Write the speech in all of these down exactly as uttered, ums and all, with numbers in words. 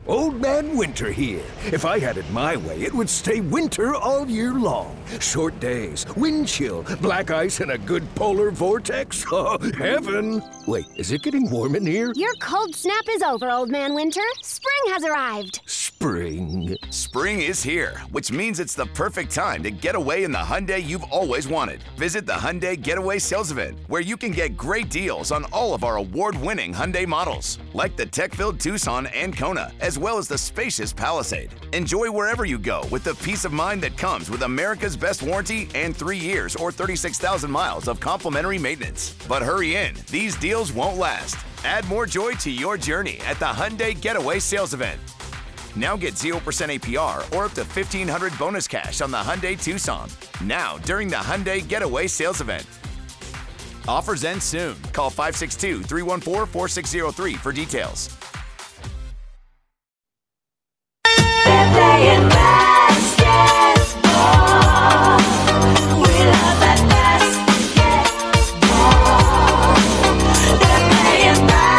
Old Man Winter here. If I had it my way, it would stay winter all year long. Short days, wind chill, black ice, and a good polar vortex. Oh, heaven! Wait, is it getting warm in here? Your cold snap is over, Old Man Winter. Spring has arrived. Spring. Spring is here, which means it's the perfect time to get away in the Hyundai you've always wanted. Visit the Hyundai Getaway Sales Event, where you can get great deals on all of our award-winning Hyundai models, like the tech-filled Tucson and Kona, as well as the spacious Palisade. Enjoy wherever you go with the peace of mind that comes with America's best warranty and three years or thirty-six thousand miles of complimentary maintenance. But hurry in, these deals won't last. Add more joy to your journey at the Hyundai Getaway Sales Event. Now get zero percent A P R or up to fifteen hundred dollars bonus cash on the Hyundai Tucson. Now, during the Hyundai Getaway Sales Event. Offers end soon. Call five six two, three one four, four six zero three for details. They're playing basketball. We love that basketball. They're playing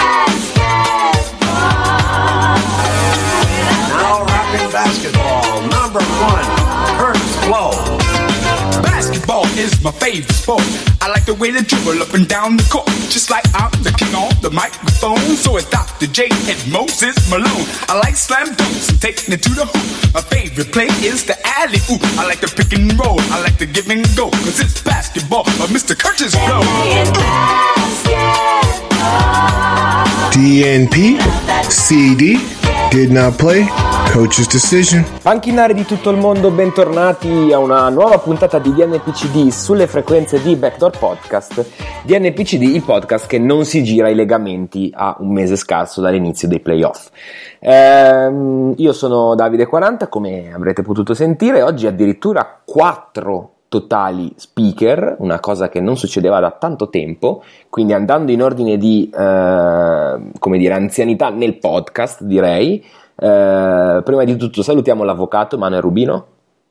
basketball. Now rocking basketball, number one, Curtis Blow. Basketball is my favorite sport. I like the way they dribble up and down the court, just like I'm the king on the microphone. So is Doctor J and Moses Malone. I like slam dunks and taking it to the hoop. My favorite play is the alley-oop. I like the pick and roll, I like the give and go, cause it's basketball by Mister Curtis Blow. D N P, C D, did not play, coach's decision. Panchinari di tutto il mondo, bentornati a una nuova puntata di D N P C D sulle frequenze di Backdoor Podcast. D N P C D, il podcast che non si gira i legamenti a un mese scarso dall'inizio dei playoff. Ehm, io sono Davide quaranta, come avrete potuto sentire, oggi addirittura quattro totali speaker, una cosa che non succedeva da tanto tempo, quindi andando in ordine di eh, come dire anzianità nel podcast, direi. Eh, prima di tutto salutiamo l'avvocato Manuel Rubino.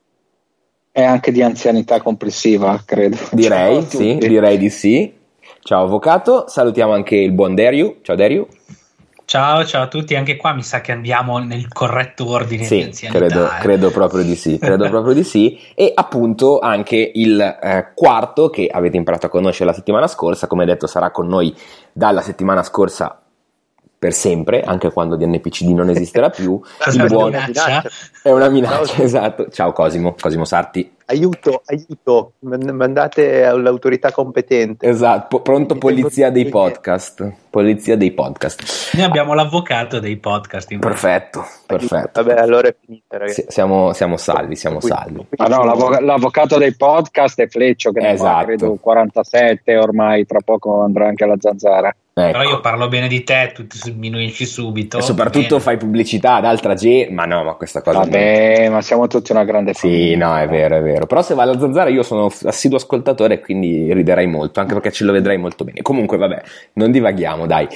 E anche di anzianità complessiva, credo. Direi, sì, direi di sì. Ciao avvocato, salutiamo anche il buon Deriu. Ciao Deriu. Ciao, ciao a tutti, anche qua mi sa che andiamo nel corretto ordine sì, di anzianità. Credo, eh. credo proprio di sì, credo proprio di sì. E appunto anche il eh, quarto che avete imparato a conoscere la settimana scorsa, come detto sarà con noi dalla settimana scorsa per sempre, anche quando D N P C D non esisterà più. Il buon... È una minaccia. È una minaccia, esatto. Ciao Cosimo, Cosimo Sarti. Aiuto, aiuto, mandate all'autorità competente. Esatto, pronto polizia dei podcast. Polizia dei podcast. Noi abbiamo l'avvocato dei podcast. In perfetto, perfetto. Vabbè, allora è finita, ragazzi. Siamo, siamo salvi, siamo salvi. Ah no, l'avvoc- l'avvocato dei podcast è Fleccio, che ne esatto. fa, credo, quarantasette, ormai tra poco andrà anche alla zanzara. Ecco. Però io parlo bene di te, tu ti sminuisci subito. E soprattutto fai pubblicità ad altra gente, ma no, ma questa cosa... Vabbè, non... ma siamo tutti una grande famiglia. Sì, no, è vero, è vero. Però se va alla zanzara io sono assiduo ascoltatore, quindi riderai molto, anche perché ce lo vedrai molto bene. Comunque, vabbè, non divaghiamo, dai.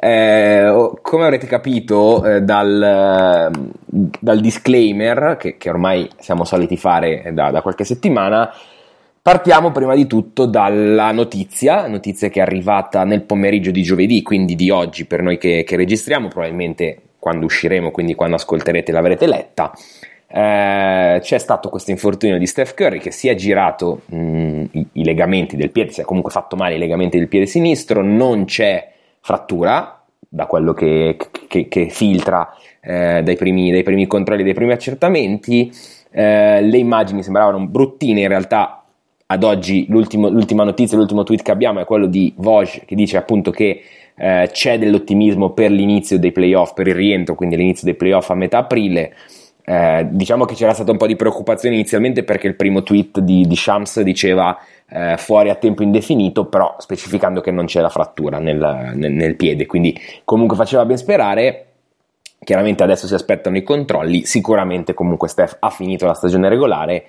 Eh, come avrete capito eh, dal, dal disclaimer, che, che ormai siamo soliti fare da, da qualche settimana, partiamo prima di tutto dalla notizia, notizia che è arrivata nel pomeriggio di giovedì, quindi di oggi per noi che, che registriamo, probabilmente quando usciremo, quindi quando ascolterete l'avrete letta. Eh, c'è stato questo infortunio di Steph Curry che si è girato mh, i, i legamenti del piede, si è comunque fatto male i legamenti del piede sinistro, non c'è frattura da quello che, che, che filtra eh, dai, primi, dai primi controlli, dai primi accertamenti. Eh, le immagini sembravano bruttine, in realtà ad oggi l'ultimo, l'ultima notizia, l'ultimo tweet che abbiamo è quello di Woj che dice appunto che eh, c'è dell'ottimismo per l'inizio dei playoff, per il rientro, quindi l'inizio dei playoff a metà aprile. Eh, diciamo che c'era stata un po' di preoccupazione inizialmente perché il primo tweet di, di Shams diceva eh, fuori a tempo indefinito, però specificando che non c'è la frattura nel, nel, nel piede, quindi comunque faceva ben sperare. Chiaramente adesso si aspettano i controlli, sicuramente comunque Steph ha finito la stagione regolare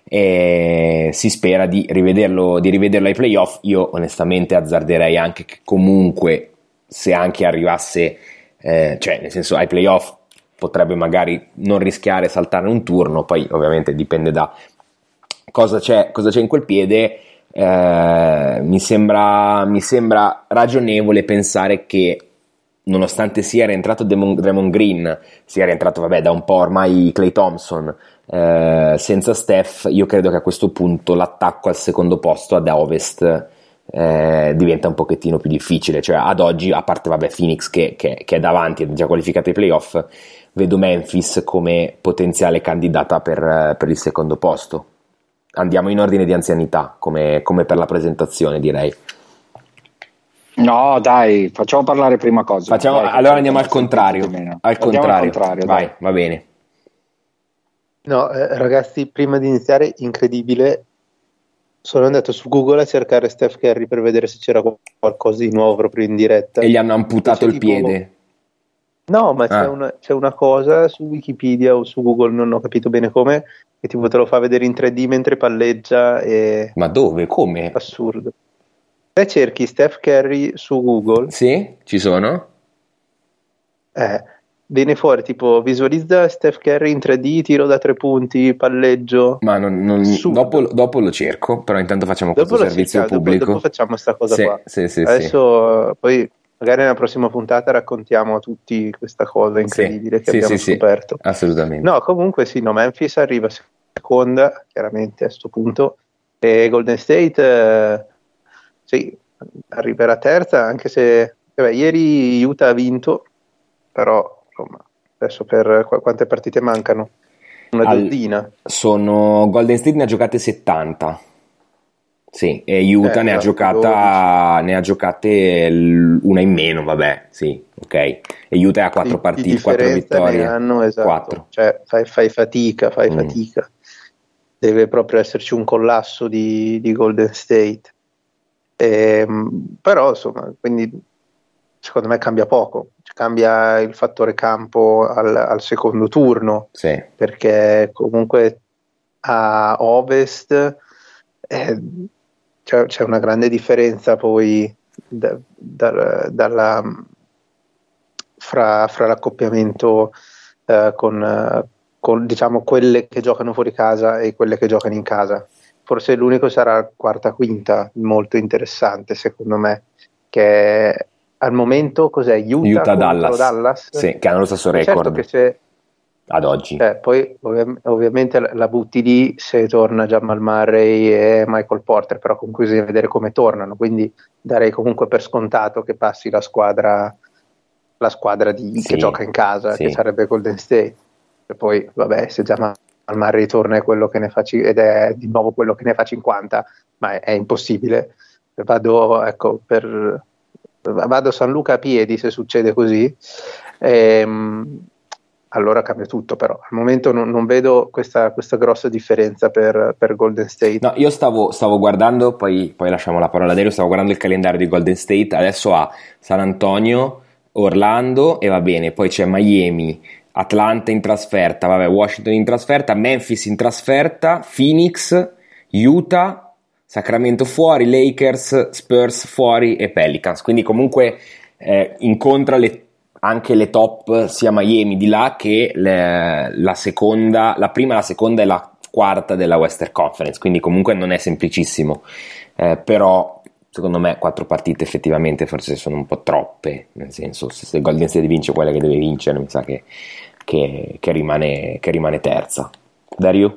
e si spera di rivederlo, di rivederlo ai playoff. Io onestamente azzarderei anche che comunque se anche arrivasse eh, cioè nel senso ai playoff potrebbe magari non rischiare saltare un turno, poi ovviamente dipende da cosa c'è, cosa c'è in quel piede. Eh, mi sembra, mi sembra ragionevole pensare che nonostante sia rientrato Damon, Draymond Green, sia rientrato vabbè da un po' ormai Klay Thompson, eh, senza Steph, io credo che a questo punto l'attacco al secondo posto ad Ovest eh, diventa un pochettino più difficile, cioè ad oggi, a parte vabbè Phoenix che, che, che è davanti, è già qualificato ai playoff, vedo Memphis come potenziale candidata per, per il secondo posto. Andiamo in ordine di anzianità come, come per la presentazione, direi. No, dai, facciamo parlare prima cosa. Facciamo, dai, allora andiamo al contrario. Al contrario, al contrario vai, dai. va bene. No, eh, ragazzi, prima di iniziare, incredibile, sono andato su Google a cercare Steph Curry per vedere se c'era qualcosa di nuovo proprio in diretta. E gli hanno amputato il tipo... piede. No, ma c'è, Ah. una, c'è una cosa su Wikipedia o su Google, non ho capito bene come, che tipo te lo fa vedere in tre D mentre palleggia e... Ma dove? Come? Assurdo. Se cerchi Steph Curry su Google... Sì, ci sono? Eh, viene fuori tipo visualizza Steph Curry in tre D, tiro da tre punti, palleggio. Ma non, non, dopo, dopo lo cerco, però intanto facciamo Dopo questo lo servizio cerchiamo, dopo- pubblico. dopo facciamo sta cosa Sì, qua. sì, sì, Adesso eh, poi magari nella prossima puntata raccontiamo a tutti questa cosa incredibile che sì, abbiamo sì, sì, scoperto. assolutamente. No, comunque sì, no, Memphis arriva seconda, chiaramente a sto punto, e Golden State eh, sì, arriverà terza, anche se vabbè, ieri Utah ha vinto, però insomma, adesso per qu- quante partite mancano? Una Al- dozzina. Sono Golden State ne ha giocate settanta. Sì, e Utah Eh, ne ha esatto, giocata ne ha giocate l- una in meno, vabbè, sì, ok. E Utah ha quattro Di- partite, di quattro differenza vittorie. ne hanno, esatto. Quattro. Cioè fai, fai fatica, fai Mm. fatica. Deve proprio esserci un collasso di, di Golden State. Ehm, però insomma, quindi secondo me cambia poco. Cioè, cambia il fattore campo al, al secondo turno, Sì. perché comunque a Ovest eh, c'è, c'è una grande differenza poi da- da- dalla, fra, fra l'accoppiamento eh, con, eh, con diciamo quelle che giocano fuori casa e quelle che giocano in casa. Forse l'unico sarà quarta quinta, molto interessante secondo me, che al momento cos'è? Utah, Utah contro Dallas. Dallas? Sì, che hanno lo stesso Certo record che se ad oggi. eh, poi ovvi- ovviamente la, la butti lì se torna Jamal Murray e Michael Porter, però comunque bisogna vedere come tornano, quindi darei comunque per scontato che passi la squadra la squadra di, Sì, che gioca in casa, sì. che sarebbe Golden State. E poi vabbè, se Jamal Murray torna è quello che ne fa ci- ed è di nuovo quello che ne fa cinquanta, ma è, è impossibile. Vado ecco per vado a San Luca a piedi se succede così. Ehm, allora cambia tutto, però al momento non, non vedo questa, questa grossa differenza per, per Golden State. No, io stavo, stavo guardando, poi, poi lasciamo la parola a Dario, stavo guardando il calendario di Golden State, adesso ha San Antonio, Orlando e va bene, poi c'è Miami, Atlanta in trasferta, vabbè, Washington in trasferta, Memphis in trasferta, Phoenix, Utah, Sacramento fuori, Lakers, Spurs fuori e Pelicans, quindi comunque eh, incontra le anche le top, sia Miami di là che le, la seconda, la prima, la seconda e la quarta della Western Conference, quindi comunque non è semplicissimo, eh, però secondo me quattro partite effettivamente forse sono un po' troppe, nel senso se, se Golden State vince quella che deve vincere mi sa che, che, che, rimane, che rimane terza. Dario?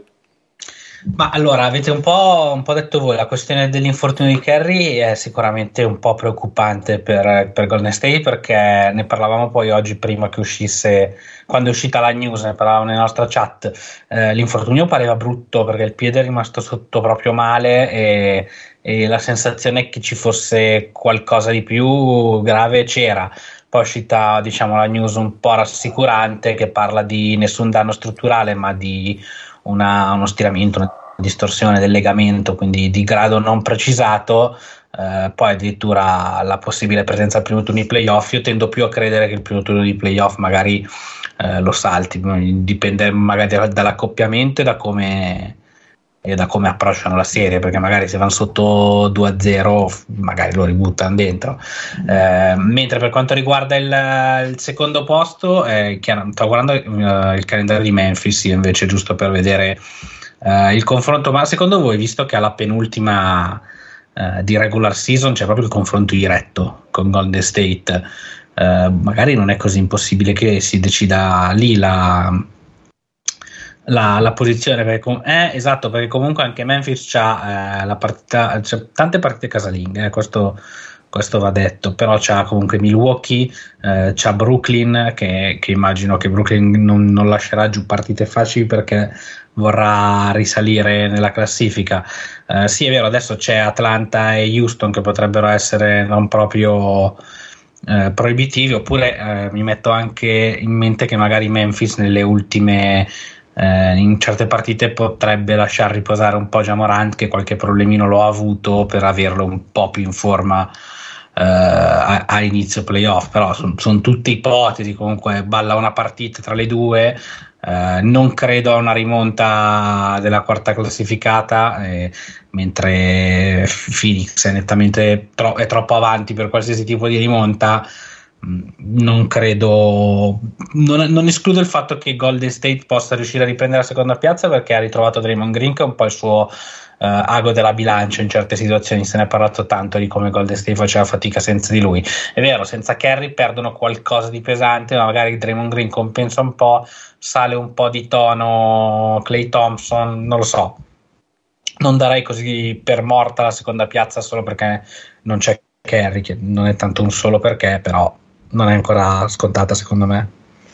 Ma allora, avete un po', un po' detto voi, la questione dell'infortunio di Curry è sicuramente un po' preoccupante per, per Golden State, perché ne parlavamo poi oggi prima che uscisse, quando è uscita la news, ne parlavamo nella nostra chat, eh, l'infortunio pareva brutto perché il piede è rimasto sotto proprio male e, e la sensazione che ci fosse qualcosa di più grave c'era. Poi è uscita, diciamo, la news un po' rassicurante che parla di nessun danno strutturale ma di Una, uno stiramento, una distorsione del legamento, quindi di grado non precisato, eh, poi addirittura la possibile presenza al primo turno di playoff. Io tendo più a credere che il primo turno di playoff magari eh, lo salti, dipende magari dall'accoppiamento e da come e da come approcciano la serie, perché magari se vanno sotto due a zero magari lo ributtano dentro. Eh, mentre per quanto riguarda il, il secondo posto, eh, sto guardando eh, il calendario di Memphis invece, giusto per vedere eh, il confronto. Ma secondo voi, visto che alla penultima eh, di regular season c'è proprio il confronto diretto con Golden State, eh, magari non è così impossibile che si decida lì la, la, la posizione, perché com- eh, esatto, perché comunque anche Memphis c'ha eh, la partita, c'ha tante partite casalinghe, eh, questo questo va detto, però c'ha comunque Milwaukee, eh, c'ha Brooklyn, che, che immagino che Brooklyn non, non lascerà giù partite facili perché vorrà risalire nella classifica. Eh, sì, è vero, adesso c'è Atlanta e Houston che potrebbero essere non proprio eh, proibitivi, oppure eh, mi metto anche in mente che magari Memphis nelle ultime eh, in certe partite potrebbe lasciar riposare un po' Ja Morant, che qualche problemino lo ha avuto, per averlo un po' più in forma Uh, a, a inizio playoff. Però sono son tutte ipotesi, comunque balla una partita tra le due, uh, non credo a una rimonta della quarta classificata, eh, mentre Phoenix è nettamente tro- è troppo avanti per qualsiasi tipo di rimonta. Non credo, non, non escludo il fatto che Golden State possa riuscire a riprendere la seconda piazza, perché ha ritrovato Draymond Green, che è un po' il suo Uh, ago della bilancia in certe situazioni. Se ne è parlato tanto di come Golden State faceva fatica senza di lui. È vero, senza Curry perdono qualcosa di pesante, ma magari Draymond Green compensa un po', sale un po' di tono Klay Thompson, non lo so. Non darei così per morta la seconda piazza solo perché non c'è Curry, che non è tanto un solo perché, però non è ancora scontata secondo me.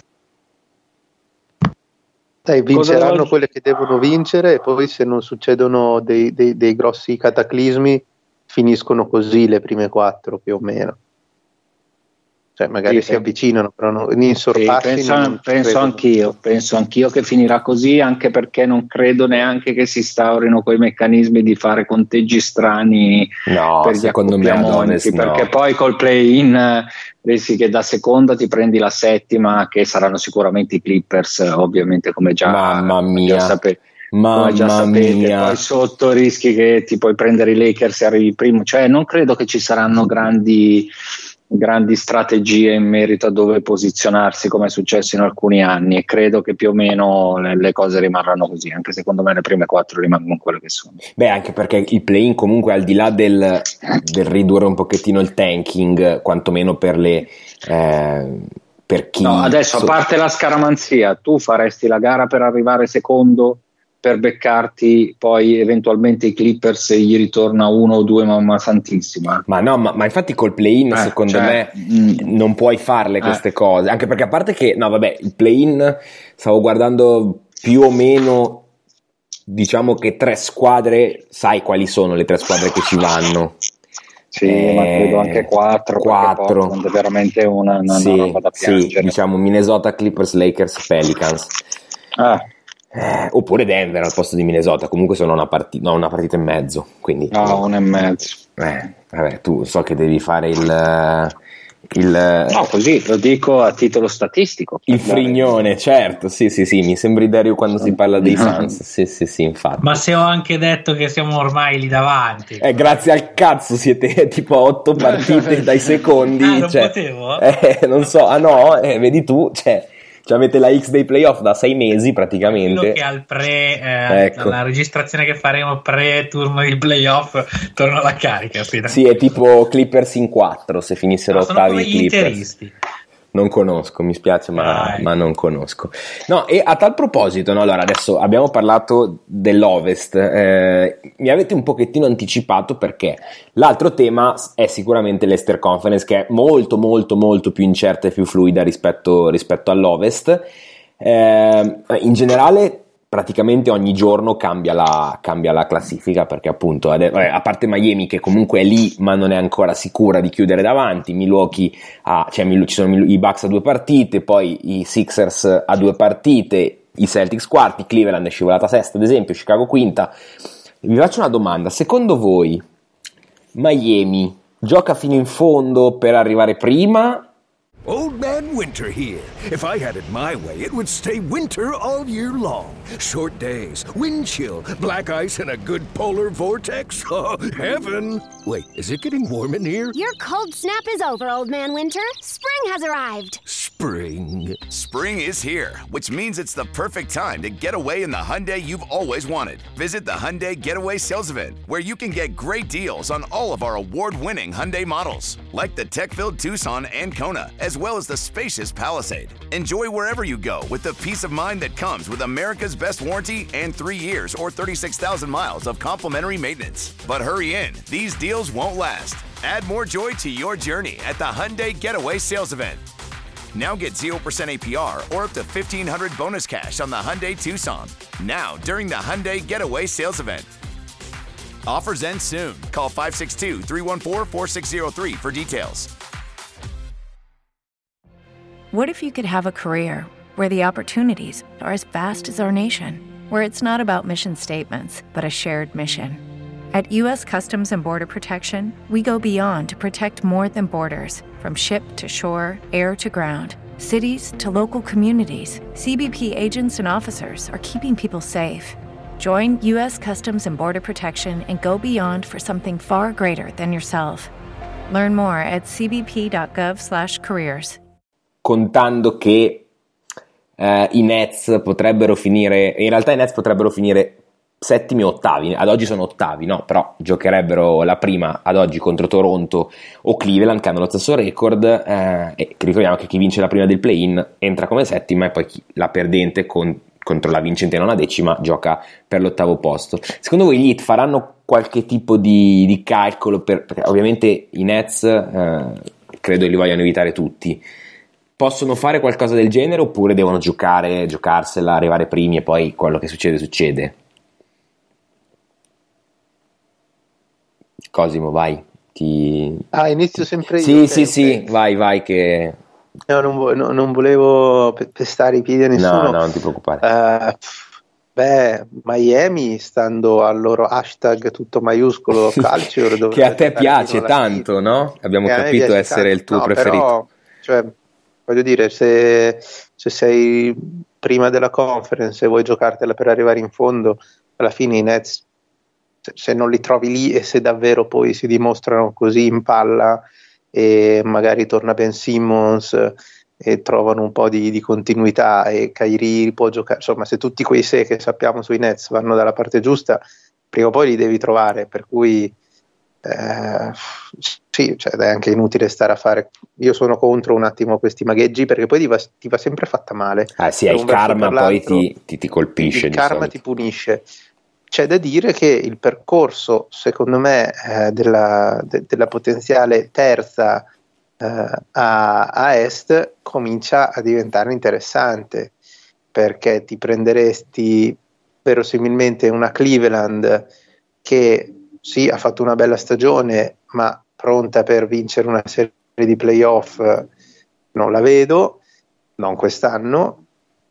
Dai, vinceranno Cosa... quelle che devono vincere, e poi se non succedono dei, dei, dei grossi cataclismi finiscono così le prime quattro più o meno. Cioè magari sì, si avvicinano, però non, in sorpassi sì, penso, non penso anch'io penso anch'io che finirà così, anche perché non credo neanche che si instaurino quei meccanismi di fare conteggi strani no, per gli secondo me accoppiamenti, perché no. poi col play-in rischi che da seconda ti prendi la settima, che saranno sicuramente i Clippers, ovviamente, come già, mamma mia già sapete. Mamma già sapete, mia. Poi sotto rischi che ti puoi prendere i Lakers e arrivi primo, cioè non credo che ci saranno grandi grandi strategie in merito a dove posizionarsi, come è successo in alcuni anni, e credo che più o meno le, le cose rimarranno così. Anche secondo me le prime quattro rimangono quelle che sono. Beh, anche perché il play-in comunque, al di là del, del ridurre un pochettino il tanking, quantomeno per le eh, per chi no, adesso so- a parte la scaramanzia, tu faresti la gara per arrivare secondo, per beccarti poi eventualmente i Clippers, gli ritorna uno o due, mamma santissima. Ma no, ma, ma infatti col play-in eh, secondo cioè, me mh, non puoi farle queste eh. cose, anche perché a parte che, no vabbè, il play-in stavo guardando più o meno, diciamo che tre squadre, sai quali sono le tre squadre che ci vanno? Sì, eh, ma credo anche quattro, quattro. È veramente una, una, sì, una roba da piangere. Sì, diciamo Minnesota, Clippers, Lakers, Pelicans. Ah. Eh, oppure Denver al posto di Minnesota. Comunque sono una partita, no, una partita e mezzo. Quindi no, una e mezzo. Eh, vabbè, tu so che devi fare il, il no, così lo dico a titolo statistico. Il frignone, certo. Sì, sì, sì. Mi sembri Dario quando si parla dei Suns. Sì, sì, sì, infatti. Ma se ho anche detto che siamo ormai lì davanti. Eh, grazie al cazzo, siete tipo a otto partite dai secondi. Ah, non cioè, potevo? Eh, non so. Ah no, eh, vedi tu, cioè. Cioè avete la X dei playoff da sei mesi praticamente. Quello che al pre eh, ecco. La registrazione che faremo pre turno di playoff torno alla carica. Sì, sì, è tipo Clippers in quattro se finissero no, ottavi i Clippers. Interisti. Non conosco, mi spiace, ma, ma non conosco. No, e a tal proposito, no, allora adesso abbiamo parlato dell'Ovest, eh, mi avete un pochettino anticipato perché l'altro tema è sicuramente l'Eastern Conference, che è molto molto molto più incerta e più fluida rispetto, rispetto all'Ovest. Eh, in generale praticamente ogni giorno cambia la, cambia la classifica, perché appunto a parte Miami che comunque è lì ma non è ancora sicura di chiudere davanti, Milwaukee ha, cioè ci sono i Bucks a due partite, poi i Sixers a due partite, i Celtics quarti, Cleveland è scivolata sesta ad esempio, Chicago quinta. Vi faccio una domanda: secondo voi Miami gioca fino in fondo per arrivare prima? Old Man Winter here. If I had it my way, it would stay winter all year long. Short days, wind chill, black ice, and a good polar vortex. Oh, heaven! Wait, is it getting warm in here? Your cold snap is over, Old Man Winter. Spring has arrived. Spring? spring. Spring is here, which means it's the perfect time to get away in the Hyundai you've always wanted. Visit the Hyundai Getaway Sales Event, where you can get great deals on all of our award-winning Hyundai models, like the tech-filled Tucson and Kona, as well as the spacious Palisade. Enjoy wherever you go with the peace of mind that comes with America's best warranty and three years or thirty-six thousand miles of complimentary maintenance. But hurry in, these deals won't last. Add more joy to your journey at the Hyundai Getaway Sales Event. Now get zero percent A P R or up to fifteen hundred dollars bonus cash on the Hyundai Tucson. Now, during the Hyundai Getaway Sales Event. Offers end soon. Call five six two, three one four, four six zero three for details. What if you could have a career where the opportunities are as vast as our nation, where it's not about mission statements, but a shared mission? At U S Customs and Border Protection, we go beyond to protect more than borders. From ship to shore, air to ground, cities to local communities, C B P agents and officers are keeping people safe. Join U S Customs and Border Protection and go beyond for something far greater than yourself. Learn more at c b p dot gov slash careers. Contando che eh, i Nets potrebbero finire, in realtà i Nets potrebbero finire settimi o ottavi, ad oggi sono ottavi, no, però giocherebbero la prima ad oggi contro Toronto o Cleveland, che hanno lo stesso record, eh, e ricordiamo che chi vince la prima del play-in entra come settima e poi chi, la perdente con, contro la vincente nona decima gioca per l'ottavo posto. Secondo voi gli Heat faranno qualche tipo di, di calcolo, per, perché ovviamente i Nets eh, credo li vogliano evitare tutti, possono fare qualcosa del genere oppure devono giocare, giocarsela, arrivare primi e poi quello che succede succede? Cosimo, vai. Ti... Ah, inizio sempre io. Sì, sì, sì, vai, vai che... No, non, vo- no, non volevo pe- pestare i piedi a nessuno. No, no, non ti preoccupare. Uh, beh, Miami, stando al loro hashtag tutto maiuscolo calcio... che a te piace tanto, fine. No? Abbiamo che capito essere tanto. Il tuo no, preferito. Però, cioè, voglio dire, se, se sei prima della conference e vuoi giocartela per arrivare in fondo, alla fine i Nets... se non li trovi lì e se davvero poi si dimostrano così in palla e magari torna Ben Simmons e trovano un po' di, di continuità e Kyrie può giocare, insomma se tutti quei se che sappiamo sui Nets vanno dalla parte giusta, prima o poi li devi trovare, per cui eh, sì, cioè, è anche inutile stare a fare, io sono contro un attimo questi magheggi perché poi ti va, ti va sempre fatta male. Ah sì, il karma poi ti, ti, ti colpisce. Il karma ti punisce. C'è da dire che il percorso, secondo me, eh, della, de, della potenziale terza eh, a, a est comincia a diventare interessante, perché ti prenderesti verosimilmente una Cleveland che sì, ha fatto una bella stagione, ma pronta per vincere una serie di playoff non la vedo, non quest'anno,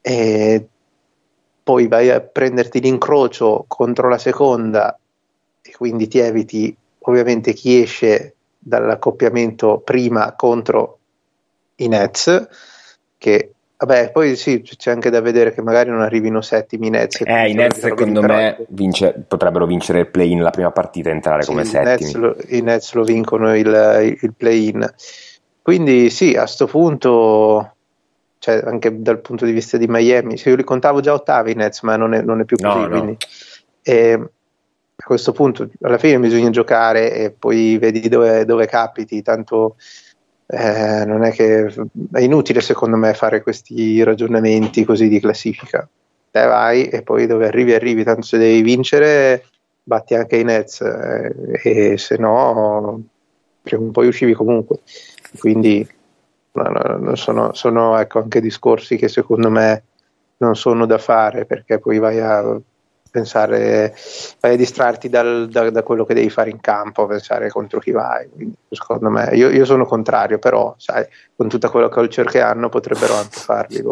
e poi vai a prenderti l'incrocio contro la seconda e quindi ti eviti ovviamente chi esce dall'accoppiamento prima contro i Nets, che vabbè poi sì, c'è anche da vedere che magari non arrivino settimi i Nets. Eh, i Nets secondo me vince, potrebbero vincere il play-in la prima partita e entrare sì, come settimi. Nets lo, i Nets lo vincono il, il play-in, quindi sì, a sto punto... cioè anche dal punto di vista di Miami, se io li contavo già ottavi i Nets, ma non è, non è più così, no, quindi no. E a questo punto alla fine bisogna giocare e poi vedi dove, dove capiti, tanto eh, non è che è inutile secondo me fare questi ragionamenti così di classifica, te vai e poi dove arrivi arrivi, tanto se devi vincere batti anche i Nets eh, e se no prima o poi uscivi comunque, quindi No, no, no, sono, sono ecco, anche discorsi che secondo me non sono da fare, perché poi vai a pensare, vai a distrarti dal, da, da quello che devi fare in campo, a pensare contro chi vai. Quindi, secondo me, io, io sono contrario, però sai, con tutta quella culture che hanno potrebbero anche farli.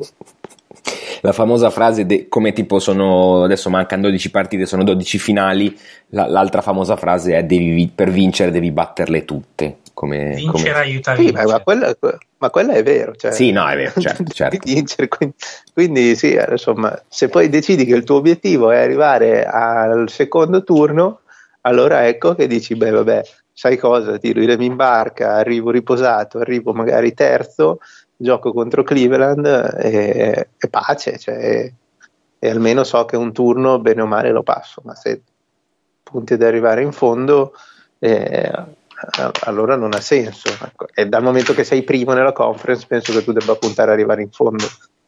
La famosa frase de, come tipo sono adesso mancano dodici partite, sono dodici finali, la, l'altra famosa frase è devi, per vincere devi batterle tutte. Come, vincere come... aiuta a sì, vincere. ma, quella, ma quella è vero, cioè, sì, no, è vero, certo, certo. Vincere, quindi, quindi sì, insomma, se poi decidi che il tuo obiettivo è arrivare al secondo turno, allora ecco che dici, beh vabbè, sai cosa, tiro i remi in barca, arrivo riposato, arrivo magari terzo gioco contro Cleveland e, e pace, cioè, e almeno so che un turno bene o male lo passo, ma se punti ad arrivare in fondo eh, allora non ha senso, ecco. E dal momento che sei primo nella conference penso che tu debba puntare ad arrivare in fondo.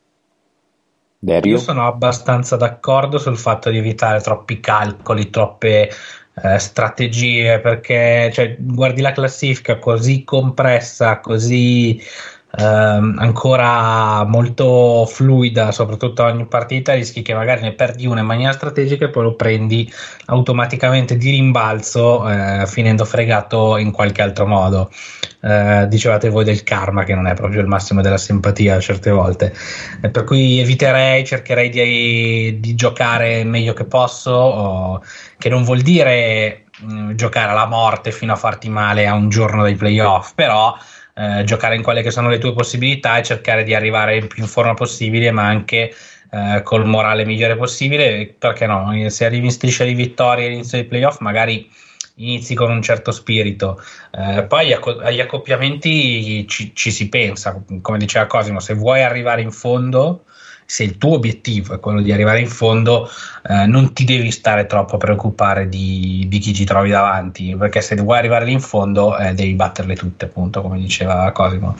Io sono abbastanza d'accordo sul fatto di evitare troppi calcoli, troppe eh, strategie, perché cioè, guardi la classifica così compressa, così ehm, ancora molto fluida, soprattutto ogni partita, rischi che magari ne perdi una in maniera strategica e poi lo prendi automaticamente di rimbalzo, eh, finendo fregato in qualche altro modo. Eh, dicevate voi del karma, che non è proprio il massimo della simpatia certe volte, eh, per cui eviterei, cercherei di, di giocare meglio che posso, o, che non vuol dire mh, giocare alla morte fino a farti male a un giorno dai playoff, però eh, giocare in quelle che sono le tue possibilità e cercare di arrivare in più in forma possibile, ma anche eh, col morale migliore possibile, perché no, se arrivi in striscia di vittorie all'inizio dei playoff magari inizi con un certo spirito, eh, poi agli accoppiamenti ci, ci si pensa, come diceva Cosimo, se vuoi arrivare in fondo, se il tuo obiettivo è quello di arrivare in fondo, eh, non ti devi stare troppo a preoccupare di, di chi ci trovi davanti, perché se vuoi arrivare lì in fondo eh, devi batterle tutte, appunto, come diceva Cosimo.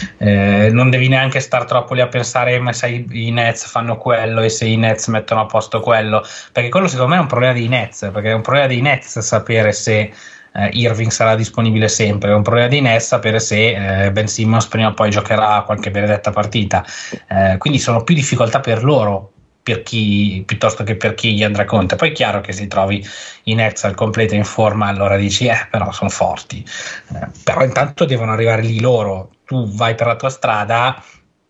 Eh, non devi neanche star troppo lì a pensare ma se i Nets fanno quello e se i Nets mettono a posto quello, perché quello secondo me è un problema dei Nets, perché è un problema dei Nets sapere se Uh, Irving sarà disponibile sempre, è un problema di Nets sapere se uh, Ben Simmons prima o poi giocherà qualche benedetta partita, uh, quindi sono più difficoltà per loro per chi, piuttosto che per chi gli andrà contro. Poi è chiaro che se trovi i Nets al completo in forma allora dici eh però sono forti, uh, però intanto devono arrivare lì loro, tu vai per la tua strada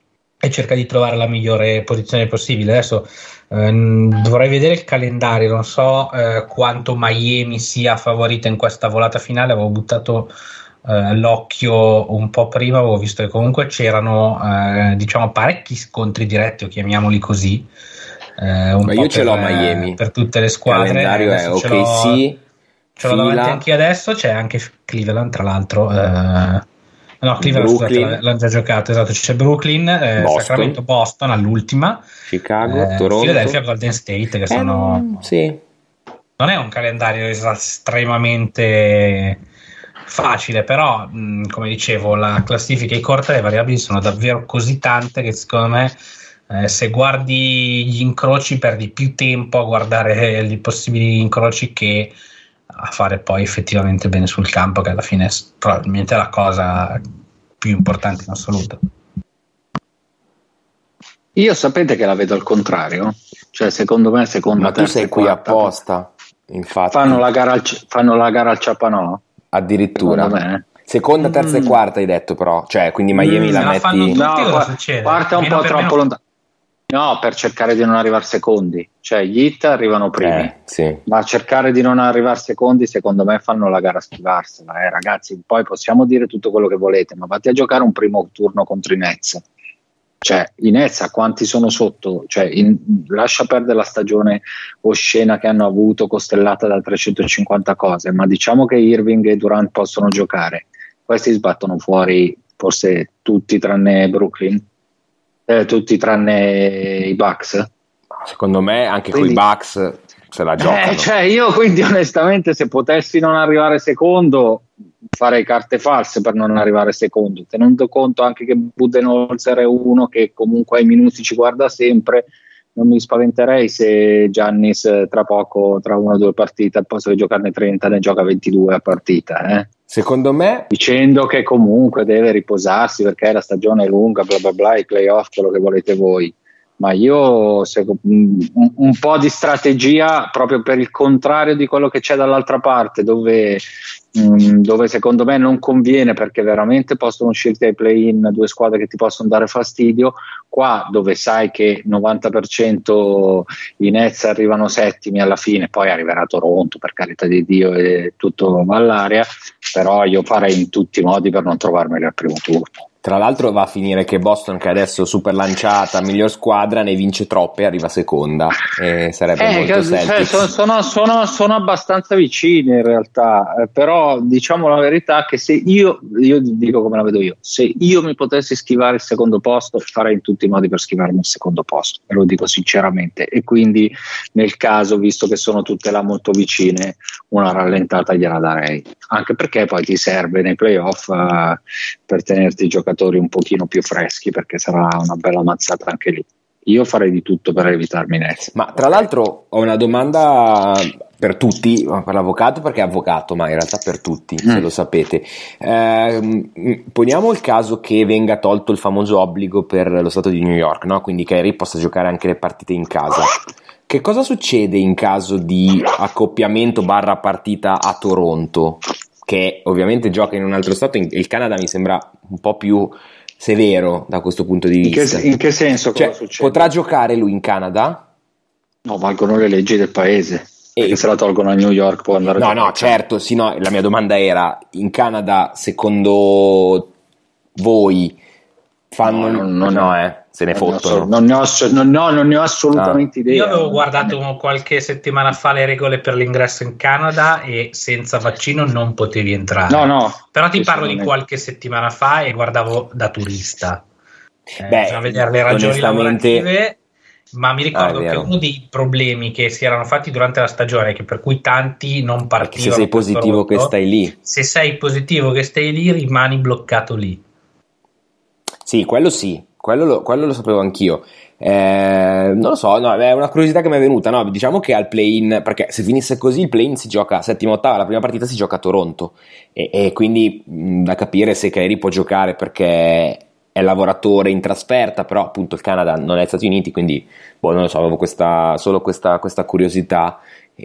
e cerca di trovare la migliore posizione possibile. Adesso eh, dovrei vedere il calendario, non so eh, quanto Miami sia favorita in questa volata finale, avevo buttato eh, l'occhio un po' prima, avevo visto che comunque c'erano eh, diciamo parecchi scontri diretti, o chiamiamoli così, eh, un ma po' io ce per, l'ho Miami, per tutte le squadre. Il calendario è ok, okay, sì, ce l'ho davanti anche adesso, c'è anche Cleveland tra l'altro, eh, no, Cleveland scusate, l'hanno già giocato, esatto, c'è Brooklyn, eh, Boston. Sacramento, Boston all'ultima, Chicago, eh, Toronto, Philadelphia, Golden State, che eh, sono sì. Non è un calendario estremamente facile, però mh, come dicevo la classifica è corta, le variabili sono davvero così tante che secondo me eh, se guardi gli incroci perdi più tempo a guardare i possibili incroci che a fare poi effettivamente bene sul campo, che alla fine è probabilmente la cosa più importante in assoluto. Io sapete che la vedo al contrario, cioè secondo me seconda, ma tu terza sei e qui quarta, apposta, infatti fanno la gara al, fanno la gara al Ciapanò addirittura, me. Seconda, terza mm. e quarta hai detto, però cioè quindi Miami mm, la, la metti no, parte un po' troppo lontano. No, per cercare di non arrivare secondi, cioè gli Heat arrivano primi, eh, sì. ma cercare di non arrivare secondi secondo me fanno la gara a schivarsela, eh, ragazzi, poi possiamo dire tutto quello che volete, ma vatti a giocare un primo turno contro i Nets, cioè i Nets a quanti sono sotto, cioè in, lascia perdere la stagione oscena che hanno avuto costellata da trecentocinquanta cose, ma diciamo che Irving e Durant possono giocare, questi sbattono fuori forse tutti tranne Brooklyn. Eh, tutti tranne i Bucks, secondo me anche quindi, con i Bucks se la giocano, eh, cioè io quindi onestamente se potessi non arrivare secondo farei carte false per non arrivare secondo, tenendo conto anche che Budenholzer è uno che comunque ai minuti ci guarda sempre, non mi spaventerei se Giannis tra poco, tra una o due partite, al posto di giocarne trenta ne gioca ventidue a partita, eh. Secondo me, dicendo che comunque deve riposarsi perché la stagione è lunga, bla bla bla, i playoff, quello che volete voi, ma io se, un, un po' di strategia proprio per il contrario di quello che c'è dall'altra parte, dove, mh, dove secondo me non conviene, perché veramente possono uscirti ai play-in due squadre che ti possono dare fastidio, qua dove sai che novanta per cento i Nets arrivano settimi alla fine, poi arriverà Toronto per carità di Dio e tutto va all'aria, però io farei in tutti i modi per non trovarmeli al primo turno. Tra l'altro va a finire che Boston, che adesso super lanciata, miglior squadra, ne vince troppe e arriva seconda, e sarebbe Eh, molto cioè, Celtics. sono, sono, sono, sono abbastanza vicini in realtà, eh, però diciamo la verità che se io, io dico come la vedo io, se io mi potessi schivare il secondo posto farei in tutti i modi per schivarmi il secondo posto, ve lo dico sinceramente, e quindi nel caso, visto che sono tutte là molto vicine, una rallentata gliela darei, anche perché poi ti serve nei playoff eh, per tenerti i giocatori un pochino più freschi, perché sarà una bella mazzata anche lì. Io farei di tutto per evitarmi Nets. Ma tra l'altro ho una domanda per tutti, per l'avvocato perché è avvocato, ma in realtà per tutti, mm. se lo sapete. Eh, poniamo il caso che venga tolto il famoso obbligo per lo stato di New York, no? Quindi Kyrie possa giocare anche le partite in casa. Che cosa succede in caso di accoppiamento barra partita a Toronto, che ovviamente gioca in un altro stato? Il Canada mi sembra un po' più severo da questo punto di vista. In che, in che senso? Cioè, cosa succede? potrà giocare lui in Canada? No, valgono le leggi del paese. E se la tolgono a New York può andare no a no certo sì no la mia domanda era: in Canada secondo voi fanno no, non, non no eh se ne fottono? Non ne ho, non ne ho, non ne ho assolutamente ah. idea. Io avevo guardato qualche settimana fa le regole per l'ingresso in Canada e senza vaccino non potevi entrare. No, no. Però ti parlo di qualche settimana fa e guardavo da turista. Eh, Beh, bisogna vedere le ragioni onestamente... lavorative, ma mi ricordo ah, che uno dei problemi che si erano fatti durante la stagione, che per cui tanti non partivano, perché se sei positivo che stai lì, se sei positivo che stai lì rimani bloccato lì. Sì, quello sì, quello lo, quello lo sapevo anch'io. Eh, non lo so, no, è una curiosità che mi è venuta, no? Diciamo che al play-in, perché se finisse così il play-in si gioca settima ottava, la prima partita si gioca a Toronto e, e quindi mh, da capire se Kyrie può giocare perché è lavoratore in trasferta, però appunto il Canada non è Stati Uniti, quindi boh, non lo so, avevo questa, solo questa, questa curiosità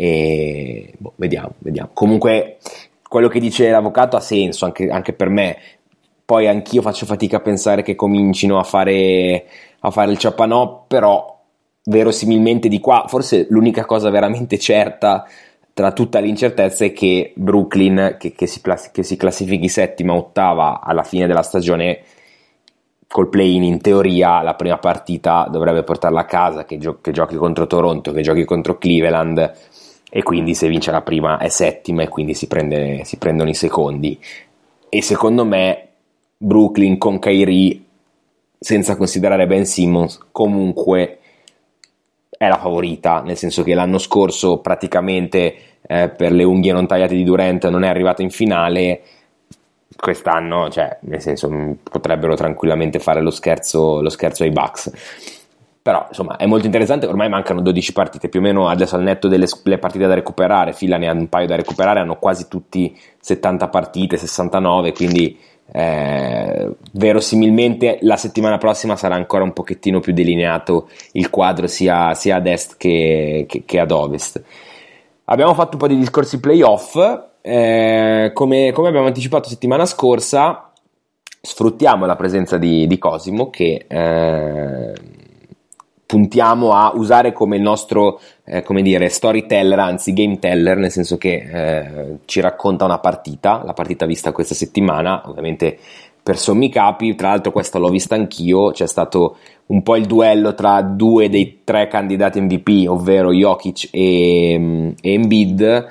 e boh, vediamo, vediamo. Comunque quello che dice l'avvocato ha senso anche, anche per me. Poi anch'io faccio fatica a pensare che comincino a fare, a fare il ciapanò, però verosimilmente di qua, forse l'unica cosa veramente certa tra tutta l'incertezza è che Brooklyn, che, che, si, che si classifichi settima, ottava alla fine della stagione, col play-in in teoria la prima partita dovrebbe portarla a casa, che, gio- che giochi contro Toronto, che giochi contro Cleveland, e quindi se vince la prima è settima e quindi si, prende, si prendono i secondi. E secondo me Brooklyn con Kyrie, senza considerare Ben Simmons, comunque è la favorita, nel senso che l'anno scorso praticamente eh, per le unghie non tagliate di Durant non è arrivato in finale. Quest'anno, cioè, nel senso, potrebbero tranquillamente fare lo scherzo, lo scherzo ai Bucks. Però, insomma, è molto interessante. Ormai mancano dodici partite, più o meno adesso al netto delle le partite da recuperare. Fila ne ha un paio da recuperare, hanno quasi tutti settanta partite, sessantanove, quindi eh, verosimilmente la settimana prossima sarà ancora un pochettino più delineato il quadro sia, sia ad est che, che, che ad ovest. Abbiamo fatto un po' di discorsi playoff. Eh, come, come abbiamo anticipato settimana scorsa, sfruttiamo la presenza di, di Cosimo, che eh, puntiamo a usare come il nostro eh, come dire, storyteller, anzi game teller, nel senso che eh, ci racconta una partita, la partita vista questa settimana, ovviamente per sommi capi. Tra l'altro questa l'ho vista anch'io, c'è stato un po' il duello tra due dei tre candidati M V P, ovvero Jokic e, e Embiid.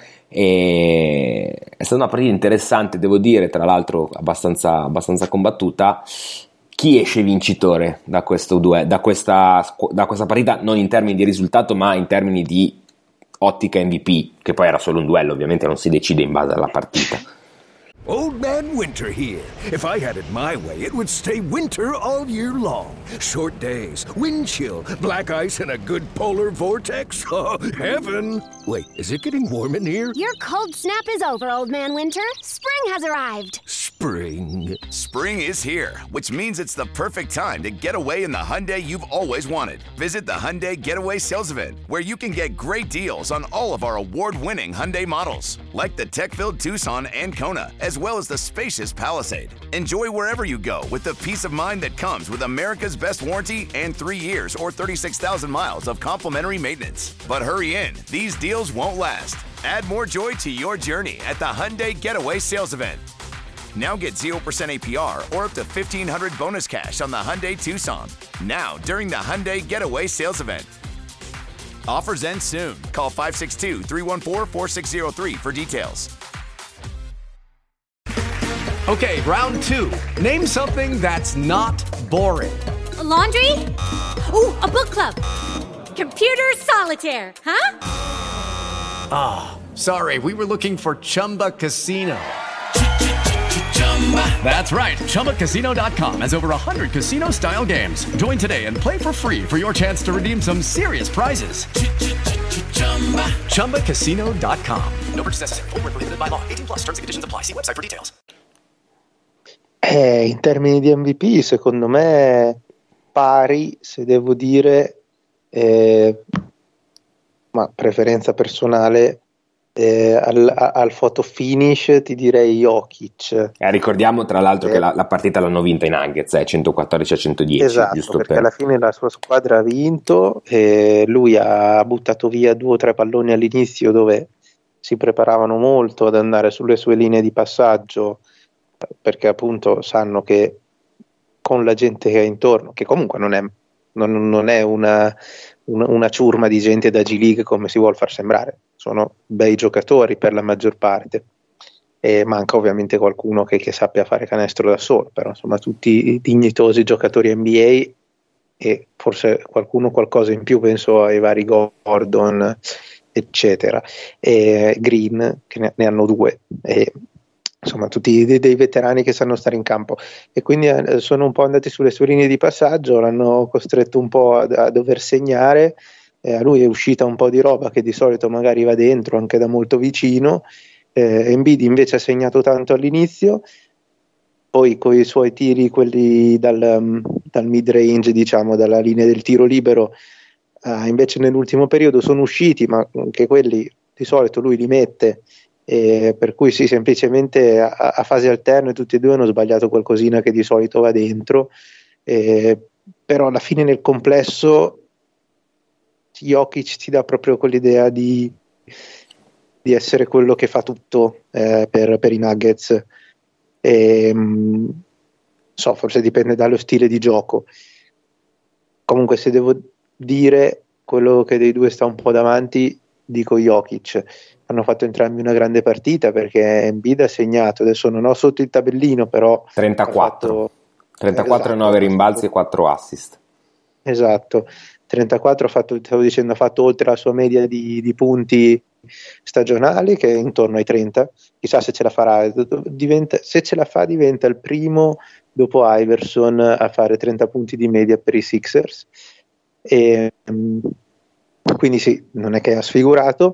E è stata una partita interessante, devo dire, tra l'altro abbastanza, abbastanza combattuta. Chi esce vincitore da, questo due, da, questa, da questa partita, non in termini di risultato ma in termini di ottica M V P, che poi era solo un duello, ovviamente non si decide in base alla partita. Old Man Winter here. If I had it my way, it would stay winter all year long. Short days, wind chill, black ice, and a good polar vortex. Oh, heaven! Wait, is it getting warm in here? Your cold snap is over, Old Man Winter. Spring has arrived. Spring. Spring is here, which means it's the perfect time to get away in the Hyundai you've always wanted. Visit the Hyundai Getaway Sales Event, where you can get great deals on all of our award-winning Hyundai models, like the tech-filled Tucson and Kona, as well as the spacious Palisade. Enjoy wherever you go with the peace of mind that comes with America's best warranty and three years or thirty-six thousand miles of complimentary maintenance. But hurry in, these deals won't last. Add more joy to your journey at the Hyundai Getaway Sales Event. Now get zero percent A P R or up to fifteen hundred dollars bonus cash on the Hyundai Tucson. Now, during the Hyundai Getaway Sales Event. Offers end soon. Call five six two, three one four, four six zero three for details. Okay, round two. Name something that's not boring. A laundry? Ooh, a book club. Computer solitaire, huh? Ah, oh, sorry, we were looking for Chumba Casino. That's right, Chumba Casino dot com has over one hundred casino-style games. Join today and play for free for your chance to redeem some serious prizes. Chumba Casino dot com. No purchase necessary. Void where prohibited by law. eighteen plus terms and conditions apply. See website for details. Eh, in termini di M V P, secondo me pari, se devo dire, eh, ma preferenza personale, eh, al, al photo finish ti direi Jokic. Eh, ricordiamo tra l'altro eh, che la, la partita l'hanno vinta in Nuggets, eh, centoquattordici a centodieci. Esatto, giusto perché per... alla fine la sua squadra ha vinto e lui ha buttato via due o tre palloni all'inizio dove si preparavano molto ad andare sulle sue linee di passaggio, perché appunto sanno che con la gente che è intorno, che comunque non è, non, non è una, una, una ciurma di gente da G League come si vuol far sembrare, sono bei giocatori per la maggior parte, e manca ovviamente qualcuno che, che sappia fare canestro da solo, però insomma tutti dignitosi giocatori N B A e forse qualcuno qualcosa in più, penso ai vari Gordon eccetera, e Green che ne, ne hanno due, e insomma tutti dei, dei veterani che sanno stare in campo, e quindi eh, sono un po' andati sulle sue linee di passaggio, l'hanno costretto un po' a, a dover segnare, eh, a lui è uscita un po' di roba che di solito magari va dentro anche da molto vicino, eh, Embiid invece ha segnato tanto all'inizio, poi con i suoi tiri, quelli dal, um, dal mid range, diciamo dalla linea del tiro libero, uh, invece nell'ultimo periodo sono usciti, ma anche quelli di solito lui li mette, e per cui sì, semplicemente a, a fasi alterne tutti e due hanno sbagliato qualcosina che di solito va dentro, eh, però alla fine nel complesso Jokic ti dà proprio quell'idea di, di essere quello che fa tutto eh, per, per i Nuggets, e, mh, so, forse dipende dallo stile di gioco. Comunque se devo dire quello che dei due sta un po' davanti, dico Jokic. Hanno fatto entrambi una grande partita perché Embiid ha segnato, adesso non ho sotto il tabellino, però trentaquattro, fatto... trentaquattro, esatto, nove rimbalzi e quattro assist. Esatto, trentaquattro ha fatto, stavo dicendo, ha fatto oltre la sua media di, di punti stagionali, che è intorno ai trenta, chissà se ce la farà, diventa, se ce la fa diventa il primo dopo Iverson a fare trenta punti di media per i Sixers, e quindi sì, non è che ha sfigurato,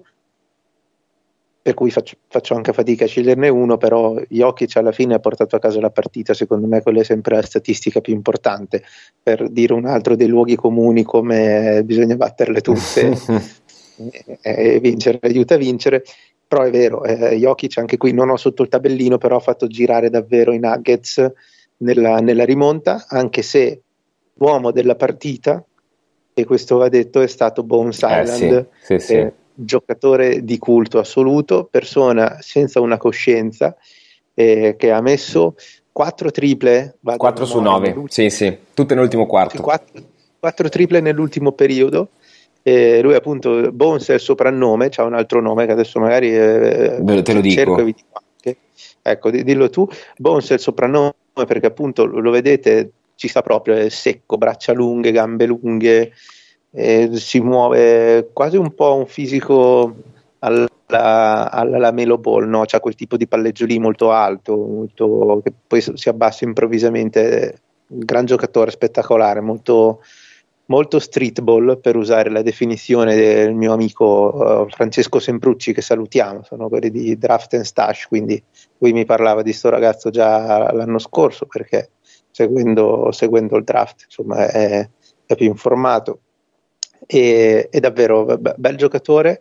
per cui faccio, faccio anche fatica a sceglierne uno, però Jokic alla fine ha portato a casa la partita, secondo me quella è sempre la statistica più importante, per dire un altro dei luoghi comuni come bisogna batterle tutte e, e vincere, aiuta a vincere, però è vero, eh, Jokic anche qui non ho sotto il tabellino, però ha fatto girare davvero i Nuggets nella, nella rimonta, anche se l'uomo della partita, e questo va detto, è stato Bones Island, eh, sì, sì, sì. Eh, giocatore di culto assoluto, persona senza una coscienza, eh, che ha messo quattro triple, quattro su nove, sì sì, tutte nell'ultimo quarto, quattro triple nell'ultimo periodo, eh, lui appunto, Bones è il soprannome, c'ha un altro nome che adesso magari eh, te lo dico, cerco e vi dico anche. Ecco, dillo tu. Bones è il soprannome perché appunto lo vedete, ci sta proprio, è secco, braccia lunghe, gambe lunghe, eh, si muove quasi un po' un fisico alla, alla, alla Melo Ball, no? C'ha quel tipo di palleggio lì molto alto, molto, che poi si abbassa improvvisamente, un gran giocatore, spettacolare, molto, molto street ball, per usare la definizione del mio amico uh, Francesco Semprucci, che salutiamo, sono quelli di Draft and Stash, quindi lui mi parlava di sto ragazzo già l'anno scorso, perché seguendo, seguendo il draft, insomma, è, è più informato, e è davvero be- bel giocatore,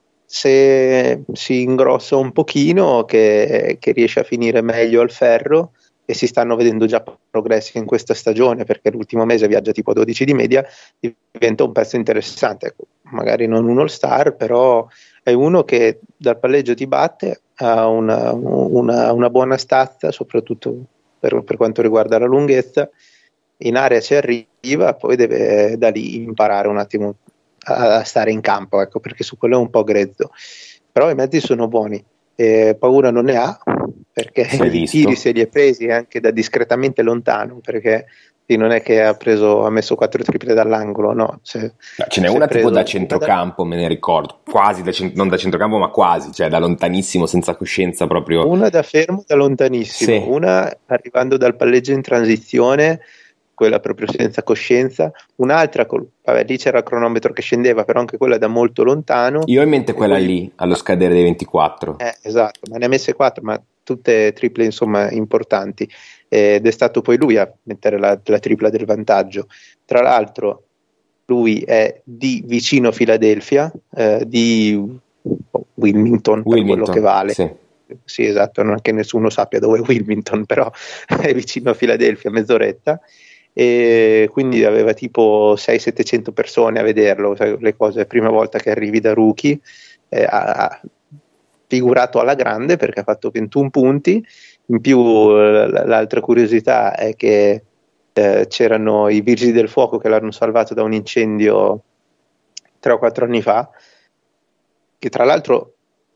se si ingrossa un pochino che, che riesce a finire meglio al ferro, e si stanno vedendo già progressi in questa stagione, perché l'ultimo mese viaggia tipo a dodici di media, diventa un pezzo interessante, ecco, magari non un all-star, però è uno che dal palleggio ti batte, ha una, una, una buona stazza, soprattutto per, per quanto riguarda la lunghezza. In area ci arriva, poi deve da lì imparare un attimo a, a stare in campo, ecco, perché su quello è un po' grezzo, però i mezzi sono buoni, e paura non ne ha, perché i tiri se li è presi anche da discretamente lontano, perché sì, non è che ha preso ha messo quattro triple dall'angolo, no, se, no ce n'è una tipo da centrocampo, da... me ne ricordo, quasi da cent- non da centrocampo ma quasi, cioè da lontanissimo, senza coscienza proprio. Una da fermo, da lontanissimo, sì. Una arrivando dal palleggio in transizione, quella proprio senza coscienza, un'altra col, vabbè, lì c'era il cronometro che scendeva, però anche quella da molto lontano. Io ho in mente quella poi... lì allo scadere dei ventiquattro. Eh, esatto, ma ne ha messe quattro, ma tutte triple insomma importanti, ed è stato poi lui a mettere la, la tripla del vantaggio. Tra l'altro lui è di vicino Philadelphia, eh, di Wilmington, per Wilmington, quello che vale. Sì. Sì, esatto, non è che nessuno sappia dove è Wilmington, però è vicino a Philadelphia, mezz'oretta, e quindi aveva tipo sei settecento persone a vederlo, sai, le cose, prima volta che arrivi da rookie, eh, ha figurato alla grande perché ha fatto ventuno punti, in più l'altra curiosità è che eh, c'erano i Vigili del Fuoco che l'hanno salvato da un incendio tre o quattro anni fa, che tra l'altro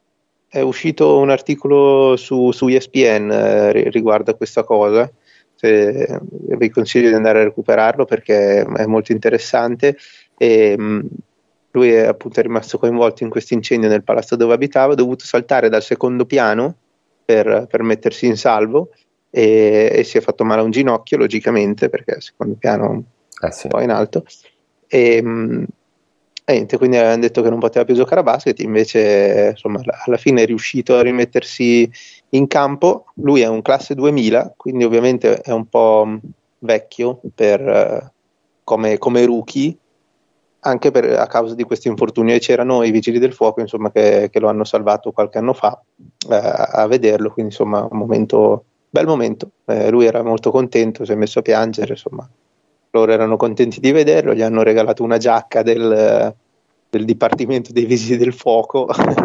è uscito un articolo su, su E S P N eh, riguardo a questa cosa, se, vi consiglio di andare a recuperarlo perché è molto interessante. E mh, lui è appunto rimasto coinvolto in questo incendio nel palazzo dove abitava, ha dovuto saltare dal secondo piano per, per mettersi in salvo e, e si è fatto male a un ginocchio, logicamente, perché il secondo piano eh sì. un po' in alto, e mh, E niente, quindi avevano detto che non poteva più giocare a basket, invece insomma alla fine è riuscito a rimettersi in campo. Lui è un classe duemila, quindi ovviamente è un po' vecchio per, uh, come, come rookie, anche per, a causa di questo infortunio, e c'erano i Vigili del Fuoco insomma che, che lo hanno salvato qualche anno fa uh, a vederlo, quindi insomma un momento, bel momento, eh, lui era molto contento, si è messo a piangere, insomma loro erano contenti di vederlo, gli hanno regalato una giacca del, del Dipartimento dei Vigili del Fuoco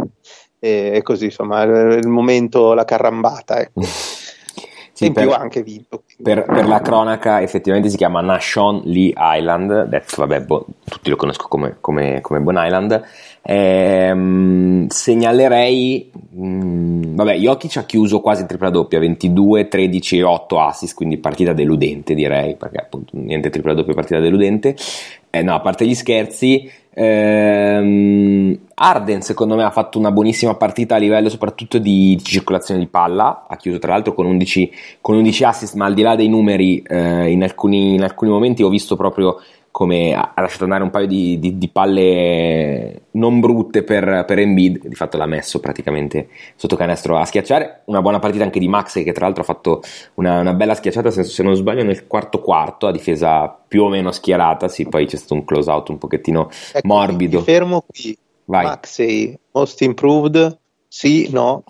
e, e così insomma il, il momento, la carrambata, ecco. Sì, in per, più ha anche vinto. Per, per la cronaca effettivamente si chiama Nashon Lee Island, detto, vabbè, bo, tutti lo conoscono come, come, come Bon Island. Ehm, segnalerei mh, vabbè, Jokic ha chiuso quasi tripla doppia, ventidue, tredici e otto assist, quindi partita deludente direi, perché appunto niente tripla doppia, partita deludente. Eh, no, a parte gli scherzi, ehm, Harden secondo me ha fatto una buonissima partita a livello soprattutto di, di circolazione di palla, ha chiuso tra l'altro con undici, con undici assist, ma al di là dei numeri eh, in, alcuni, in alcuni momenti ho visto proprio come ha lasciato andare un paio di, di, di palle non brutte per, per Embiid, che di fatto l'ha messo praticamente sotto canestro a schiacciare. Una buona partita anche di Maxey, che tra l'altro ha fatto una, una bella schiacciata, se non sbaglio nel quarto quarto, a difesa più o meno schierata, sì, poi c'è stato un close out un pochettino ecco, morbido. Mi fermo qui. Vai. Maxey, most improved, sì, no?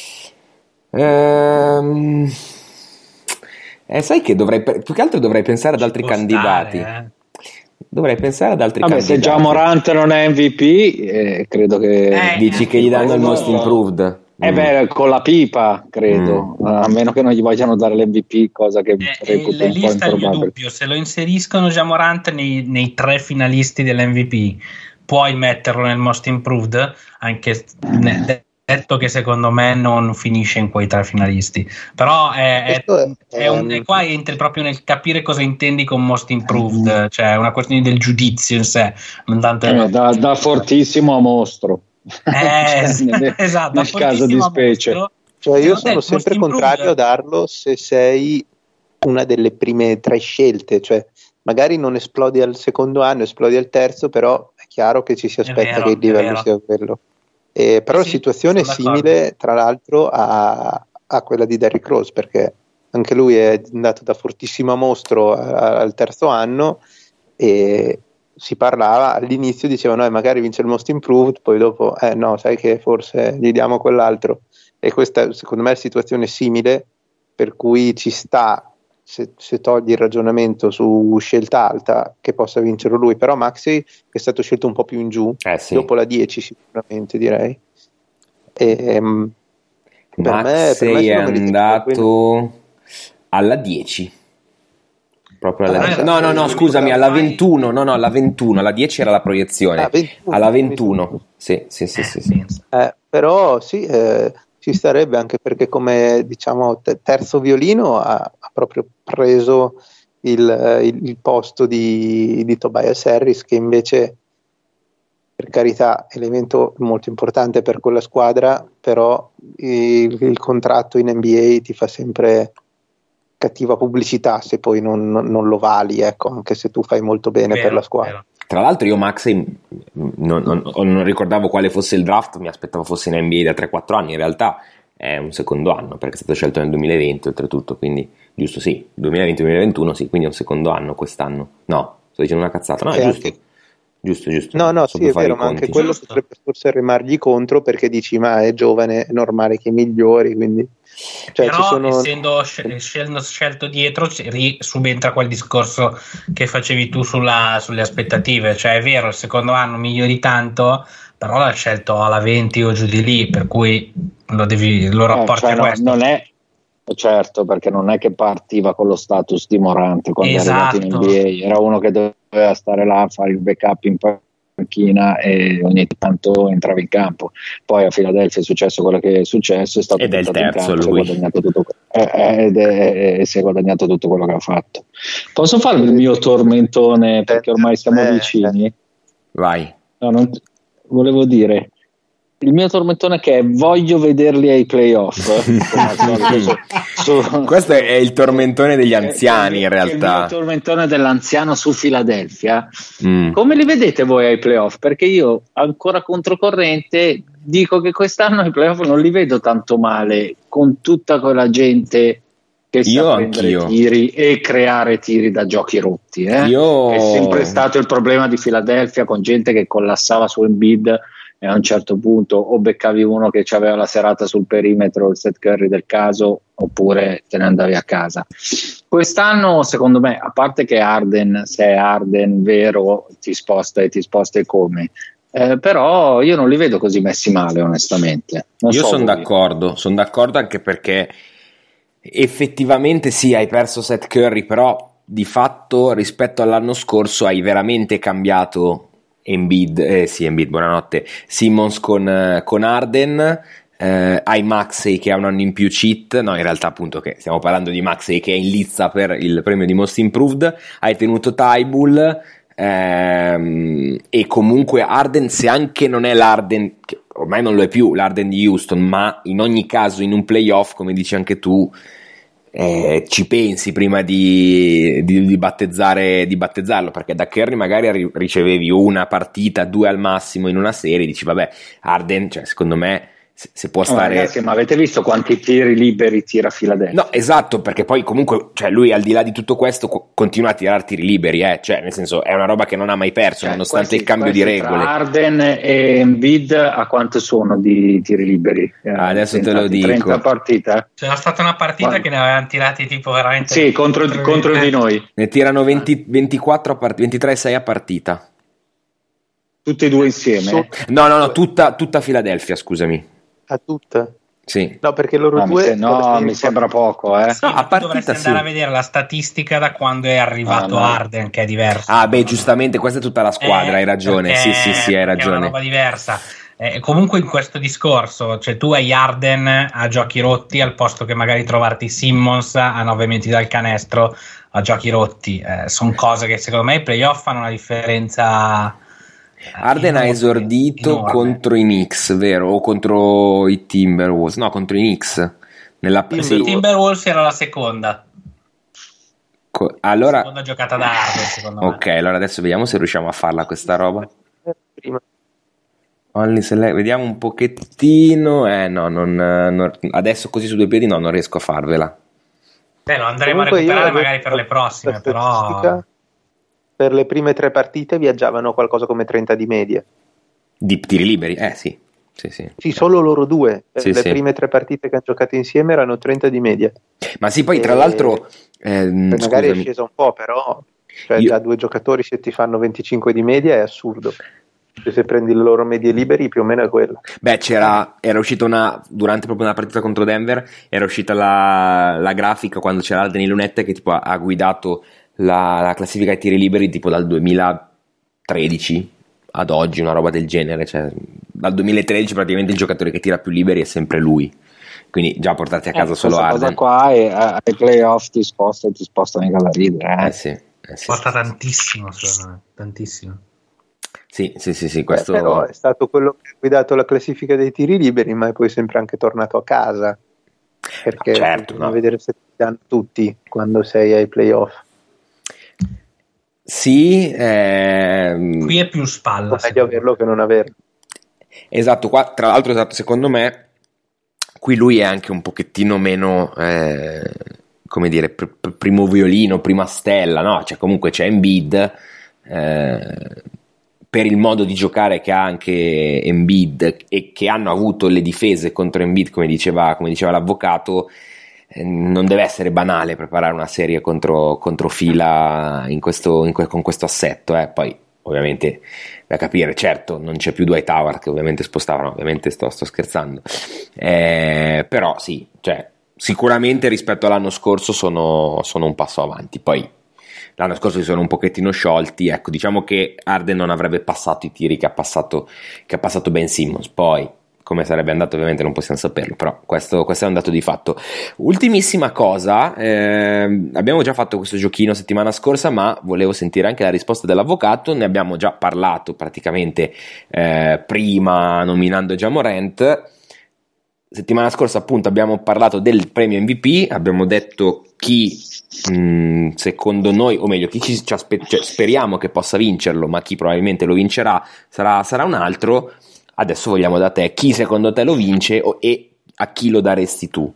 Ehm... Eh, sai che dovrei, più che altro dovrei pensare ad altri candidati. Stare, eh. Dovrei pensare ad altri Vabbè, candidati. se già Morant non è M V P, eh, credo che eh, dici che gli danno il most improved. Eh mm. beh, con la pipa, credo, mm. a meno che non gli vogliano dare l'M V P, cosa che eh, reputo un po' improbabile. Dubbio, se lo inseriscono già Morant nei, nei tre finalisti dell'M V P, puoi metterlo nel most improved, anche ne, detto che secondo me non finisce in quei tre finalisti, però è, è, è, è, un, è qua entra proprio nel capire cosa intendi con most improved, cioè è una questione del giudizio in sé, non tanto eh, da, da fortissimo a mostro, eh, cioè, esatto, nel caso di specie mostro, cioè io sono sempre contrario a darlo se sei una delle prime tre scelte, cioè magari non esplodi al secondo anno, esplodi al terzo, però è chiaro che ci si aspetta vero, che il livello sia quello. Eh, però sì, la situazione è simile tra l'altro a, a quella di Derrick Rose, perché anche lui è andato da fortissimo a mostro a, al terzo anno e si parlava all'inizio, dicevano eh, magari vince il most improved, poi dopo eh no, sai che forse gli diamo quell'altro, e questa secondo me è una situazione simile, per cui ci sta, se, se togli il ragionamento su scelta alta, che possa vincere lui. Però Maxey è stato scelto un po' più in giù, eh sì. dopo la dieci sicuramente direi, e, um, Per me, per me Maxey è sono meriti andato alla dieci. Proprio alla Ah, dieci. sì, No, no, no, sì, scusami, sì, alla sì. ventuno. No, no, alla ventuno. La dieci era la proiezione. Ah, ventuno. Alla ventuno. Sì, sì, sì, sì, sì. Eh, però sì, eh, ci starebbe, anche perché come diciamo te- terzo violino ha, ha proprio preso il, eh, il- il posto di, di Tobias Harris, che invece, per carità, è elemento molto importante per quella squadra, però il, il contratto in N B A ti fa sempre cattiva pubblicità se poi non, non- non lo vali, ecco, anche se tu fai molto bene Vero, per la squadra. Tra l'altro io Maxey non, non- non ricordavo quale fosse il draft, mi aspettavo fosse in N B A da tre quattro anni, in realtà è un secondo anno perché è stato scelto nel duemilaventi oltretutto, quindi giusto, sì, duemilaventi duemilaventuno, sì, quindi è un secondo anno quest'anno. No, sto dicendo una cazzata, no, è E giusto. anche- Giusto, giusto. No, no, So sì, per è fare vero, i ma anche conti. quello potrebbe forse rimargli contro, perché dici, ma è giovane, è normale che migliori, quindi cioè, Però ci sono... essendo scel- scel- scelto dietro ci- ri- subentra quel discorso che facevi tu sulla- sulle aspettative, cioè è vero, il secondo anno migliori tanto, però l'ha scelto alla venti o giù di lì, per cui lo devi lo Eh, rapporti cioè, a no, questo. non è certo, perché non è che partiva con lo status di Morante quando è arrivato in Esatto. N B A, era uno che doveva stare là a fare il backup in panchina e ogni tanto entrava in campo. Poi a Philadelphia è successo quello che è successo, è stato Ed è il buttato in terzo campo, si è lui. guadagnato tutto, eh, eh, ed è- e si è guadagnato tutto quello che ha fatto. Posso farvi il mio tormentone, perché ormai siamo Eh, vicini? Vai. No, non- volevo dire il mio tormentone, che è voglio vederli ai playoff, come al solito, su- su- Questo è il tormentone degli anziani, in che è il mio realtà. tormentone dell'anziano su Philadelphia. Mm. Come li vedete voi ai playoff? Perché io, ancora controcorrente, dico che quest'anno ai playoff non li vedo tanto male, con tutta quella gente che sa Io prendere anch'io. tiri e creare tiri da giochi rotti. Eh? Io- È sempre stato il problema di Philadelphia, con gente che collassava su Embiid e a un certo punto o beccavi uno che aveva la serata sul perimetro, il Seth Curry del caso, oppure te ne andavi a casa. Quest'anno, secondo me, a parte che Harden, se è Harden vero, ti sposta e ti sposta e come, eh, però io non li vedo così messi male, onestamente. Non Io so sono voi. d'accordo, sono d'accordo anche perché effettivamente sì, hai perso Seth Curry, però di fatto rispetto all'anno scorso hai veramente cambiato Embiid, eh sì, Embiid, buonanotte, Simmons con, eh, con Harden, eh, hai Maxey che ha un anno in più cheat, no in realtà appunto che stiamo parlando di Maxey che è in lizza per il premio di Most Improved, hai tenuto Tybull, ehm, e comunque Harden, se anche non è l'Harden, che ormai non lo è più, l'Harden di Houston, ma in ogni caso in un playoff, come dici anche tu, eh, ci pensi prima di, di, di, battezzare, di battezzarlo, perché da Curry magari ri- ricevevi una partita, due al massimo in una serie, dici vabbè, Harden, cioè secondo me se, se può No, stare... ragazzi, ma avete visto quanti tiri liberi tira Philadelphia? No, esatto, perché poi comunque, cioè lui al di là di tutto questo co- continua a tirare tiri liberi, eh? Cioè nel senso è una roba che non ha mai perso, Cioè, nonostante questi- il cambio di questi tra regole. Harden e Embiid a quanto sono di tiri liberi? Eh, Ah, adesso te lo tentati, dico. trenta partite? C'era stata una partita Guarda. che ne avevano tirati tipo veramente Sì, contro, contro di noi, Ne tirano venti, ventiquattro a part- ventitré sei a partita. tutti e due insieme. No, no, no, tutta, tutta Philadelphia, scusami. A tutta? Sì. No, perché loro No, mi, due... se- no, vabbè, mi sembra poco, eh. Sì, No, ma a tu partita dovresti sì. andare a vedere la statistica da quando è arrivato Ah, no. Harden, che è diverso. Ah, beh, giustamente, questa è tutta la squadra, Eh, hai ragione. perché- Sì, sì, sì, hai perché È una ragione. roba diversa. Eh, comunque in questo discorso, cioè tu hai Harden a giochi rotti al posto che magari trovarti Simmons a nove metri dal canestro a giochi rotti. Eh, sono cose che secondo me i playoff fanno una differenza. eh, Harden ha enorme, esordito enorme. contro i Knicks, vero? O contro i Timberwolves? No, contro i Knicks. Nella... I sì. Timberwolves era la seconda, Co- Allora, seconda giocata da Harden secondo me. ok, allora adesso vediamo se riusciamo a farla questa roba. prima. Only select- Vediamo un pochettino. Eh no, non, non- adesso così su due piedi no, non riesco a farvela. Beh, lo andremo Comunque a io recuperare avevo magari per le prossime, la però statistica, per le prime tre partite viaggiavano qualcosa come trenta di media. Di tiri liberi? Eh sì. Sì, sì. Sì, solo loro due. Sì, le sì. prime tre partite che hanno giocato insieme erano trenta di media. Ma sì, poi tra E- l'altro ehm, Poi magari scusami. è sceso un po', però cioè, Io- già due giocatori se ti fanno venticinque di media è assurdo. se prendi le loro medie liberi più o meno è quella. Beh, c'era, era uscita una, durante proprio una partita contro Denver, era uscita la, la grafica quando c'era Arden in lunette che tipo ha, ha guidato la, la classifica ai tiri liberi tipo dal duemilatredici ad oggi, una roba del genere, cioè dal duemilatredici praticamente il giocatore che tira più liberi è sempre lui, quindi già portati a casa eh, solo Arden. Cosa qua è, ai playoff ti sposta e ti sposta mica da ridere eh, eh sì, eh sì sposta tantissimo secondo me, tantissimo. Sì, sì, sì, sì, questo eh, però è stato quello che ha guidato la classifica dei tiri liberi, ma è poi sempre anche tornato a casa, perché no, certo, bisogna no. vedere se ti danno tutti quando sei ai playoff. Sì, ehm... qui è più spalla. È meglio averlo che non averlo. Esatto, qua tra l'altro, esatto, secondo me qui lui è anche un pochettino meno, eh, come dire, pr- pr- primo violino, prima stella, no? Cioè comunque c'è Embiid, eh, per il modo di giocare che ha anche Embiid e che hanno avuto le difese contro Embiid, come diceva, come diceva l'avvocato, eh, non deve essere banale preparare una serie contro, contro fila in questo, in que- con questo assetto, eh. Poi ovviamente da capire, certo non c'è più Dwight Howard che ovviamente spostavano, ovviamente sto, sto scherzando, eh, però sì, cioè, sicuramente rispetto all'anno scorso sono, sono un passo avanti. Poi l'anno scorso si sono un pochettino sciolti, ecco, diciamo che Arden non avrebbe passato i tiri che ha passato, che ha passato Ben Simmons, poi come sarebbe andato ovviamente non possiamo saperlo, però questo, questo è un dato di fatto. Ultimissima cosa, eh, abbiamo già fatto questo giochino settimana scorsa, ma volevo sentire anche la risposta dell'avvocato, ne abbiamo già parlato praticamente eh, prima nominando Ja Morant. Settimana scorsa appunto abbiamo parlato del premio M V P, abbiamo detto chi mh, secondo noi, o meglio chi ci, ci aspe- cioè, speriamo che possa vincerlo, ma chi probabilmente lo vincerà sarà, sarà un altro. Adesso vogliamo da te chi secondo te lo vince o, e a chi lo daresti tu?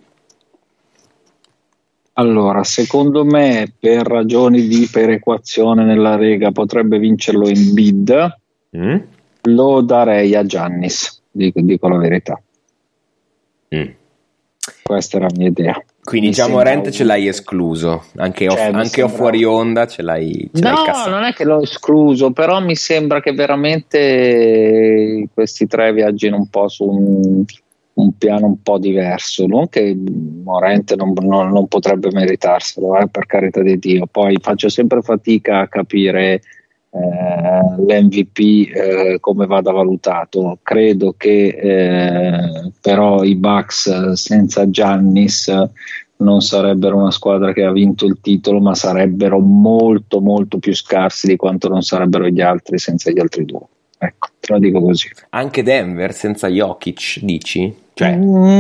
Allora, secondo me per ragioni di perequazione nella Lega potrebbe vincerlo Embiid, mm? Lo darei a Giannis, dico, dico la verità. Mm. Questa è la mia idea. Quindi Ja Morant un... ce l'hai escluso, anche, off, cioè, anche sembra... fuori onda ce l'hai, ce no, l'hai non è che l'ho escluso, però mi sembra che veramente questi tre viaggino un po' su un, un piano un po' diverso, non che Morant non, non, non potrebbe meritarselo, eh, per carità di Dio. Poi faccio sempre fatica a capire Eh, l'M V P eh, come vada valutato. Credo che eh, però i Bucks senza Giannis non sarebbero una squadra che ha vinto il titolo, ma sarebbero molto molto più scarsi di quanto non sarebbero gli altri senza gli altri due. Ecco, te lo dico così. Anche Denver senza Jokic, dici? Cioè.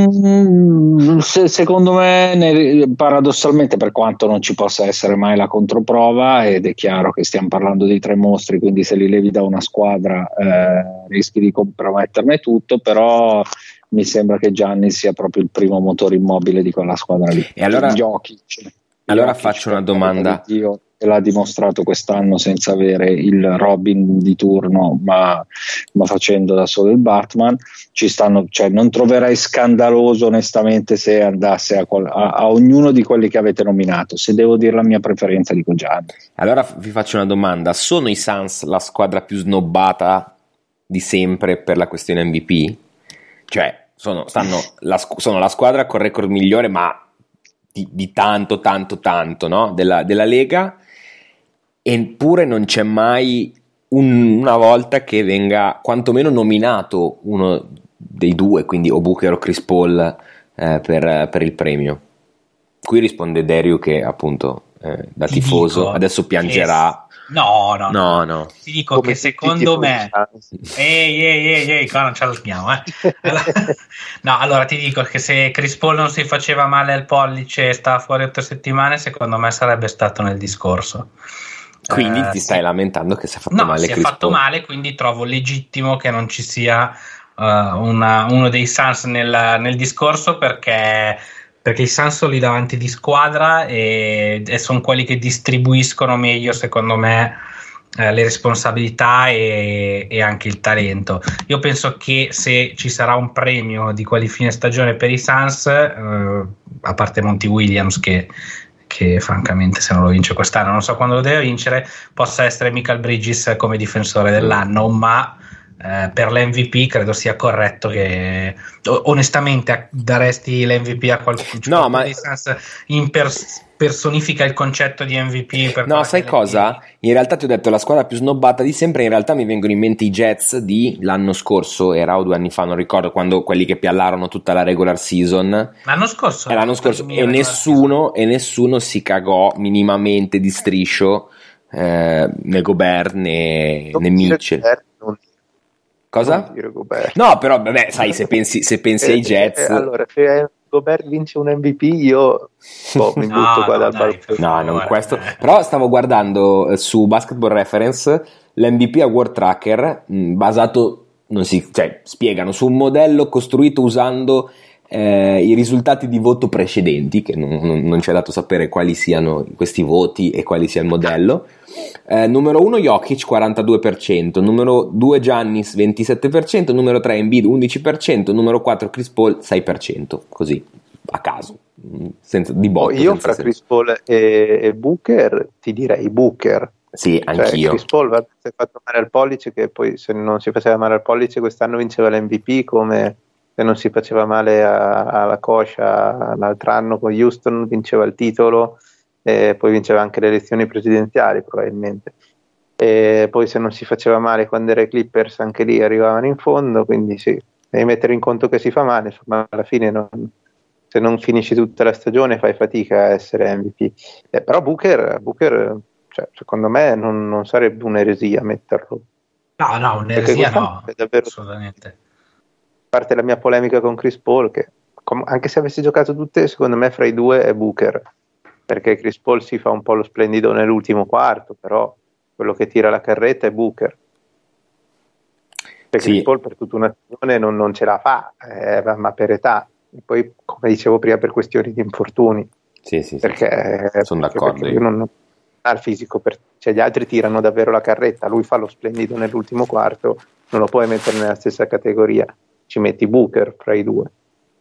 Mm, se, secondo me ne, paradossalmente, per quanto non ci possa essere mai la controprova, ed è chiaro che stiamo parlando di tre mostri, quindi se li levi da una squadra eh, rischi di comprometterne tutto, però mi sembra che Giannis sia proprio il primo motore immobile di quella squadra lì. E allora, Jokic, allora Jokic, faccio una domanda. Dio, e l'ha dimostrato quest'anno senza avere il Robin di turno, ma, ma facendo da solo il Batman. Ci stanno, cioè, non troverei scandaloso onestamente se andasse a, a, a ognuno di quelli che avete nominato. Se devo dire la mia preferenza, dico Giannis. Allora vi faccio una domanda: sono i Suns la squadra più snobbata di sempre per la questione M V P? Cioè sono, stanno la, sono la squadra con record migliore, ma di, di tanto tanto tanto, no? della, della Lega, eppure non c'è mai un, una volta che venga quantomeno nominato uno dei due, quindi o Booker o Chris Paul, eh, per, per il premio. Qui risponde Dario che appunto eh, da ti tifoso dico, adesso piangerà. No, no, no, no. Ti dico come che secondo me ehi, ehi, ehi, ehi, qua non ci allarghiamo, eh. Allora, no, allora ti dico che se Chris Paul non si faceva male al pollice e stava fuori otto settimane, secondo me sarebbe stato nel discorso. Quindi eh, ti stai sì. lamentando che si è fatto no, male si Chris è fatto Paul. male, quindi trovo legittimo che non ci sia uh, una, uno dei Suns nel, nel discorso, perché perché i Suns sono lì davanti di squadra e, e sono quelli che distribuiscono meglio, secondo me, eh, le responsabilità e, e anche il talento. Io penso che se ci sarà un premio di quelli fine stagione per i Suns, eh, a parte Monty Williams che, che francamente se non lo vince quest'anno non so quando lo deve vincere, possa essere Michael Bridges come difensore dell'anno, ma eh, per l'M V P credo sia corretto che onestamente daresti l'M V P a qualcuno. No, ma impers- personifica il concetto di M V P per no, sai cosa? In realtà ti ho detto la squadra più snobbata di sempre, in realtà mi vengono in mente i Jets di l'anno scorso, era o due anni fa, non ricordo, quando quelli che piallarono tutta la regular season. L'anno scorso? È l'anno scorso e nessuno, e nessuno si cagò minimamente di striscio eh, né Gobert né, né Mitchell. Cosa? No, però vabbè, sai, se pensi, se pensi eh, ai Jets eh, allora se Gobert vince un M V P io boh, mi butto no, qua no, dal dai, balcone. no, non questo. Però stavo guardando su Basketball Reference l'M V P Award Tracker mh, basato, non si, cioè spiegano su un modello costruito usando eh, i risultati di voto precedenti, che non, non, non ci è dato sapere quali siano questi voti e quali sia il modello. Eh, numero uno Jokic quarantadue per cento, numero due Giannis ventisette per cento, numero tre Embiid undici per cento, numero quattro Chris Paul sei per cento, così a caso, senza, di botto. Io fra senso. Chris Paul e, e Booker ti direi Booker. Sì, cioè, anch'io. Chris Paul si è fatto male al pollice, che poi se non si faceva male al pollice quest'anno vinceva l'M V P, come se non si faceva male a, alla coscia l'altro anno con Houston vinceva il titolo. E poi vinceva anche le elezioni presidenziali probabilmente, e poi se non si faceva male quando era i Clippers anche lì arrivavano in fondo, quindi sì, devi mettere in conto che si fa male, ma alla fine non, se non finisci tutta la stagione fai fatica a essere M V P. Eh, però Booker, Booker cioè, secondo me non, non sarebbe un'eresia metterlo. No, no, un'eresia no, è davvero, assolutamente. A parte la mia polemica con Chris Paul, che com- anche se avessi giocato tutte, secondo me fra i due è Booker, perché Chris Paul si fa un po' lo splendido nell'ultimo quarto, però quello che tira la carretta è Booker. Perché sì. Chris Paul per tutta una stagione non, non ce la fa, eh, ma per età. E poi, come dicevo prima, per questioni di infortuni. Sì, sì, perché, sì. Sono perché, d'accordo. Perché io non, non ha il fisico, per, cioè gli altri tirano davvero la carretta, lui fa lo splendido nell'ultimo quarto, non lo puoi mettere nella stessa categoria, ci metti Booker fra i due.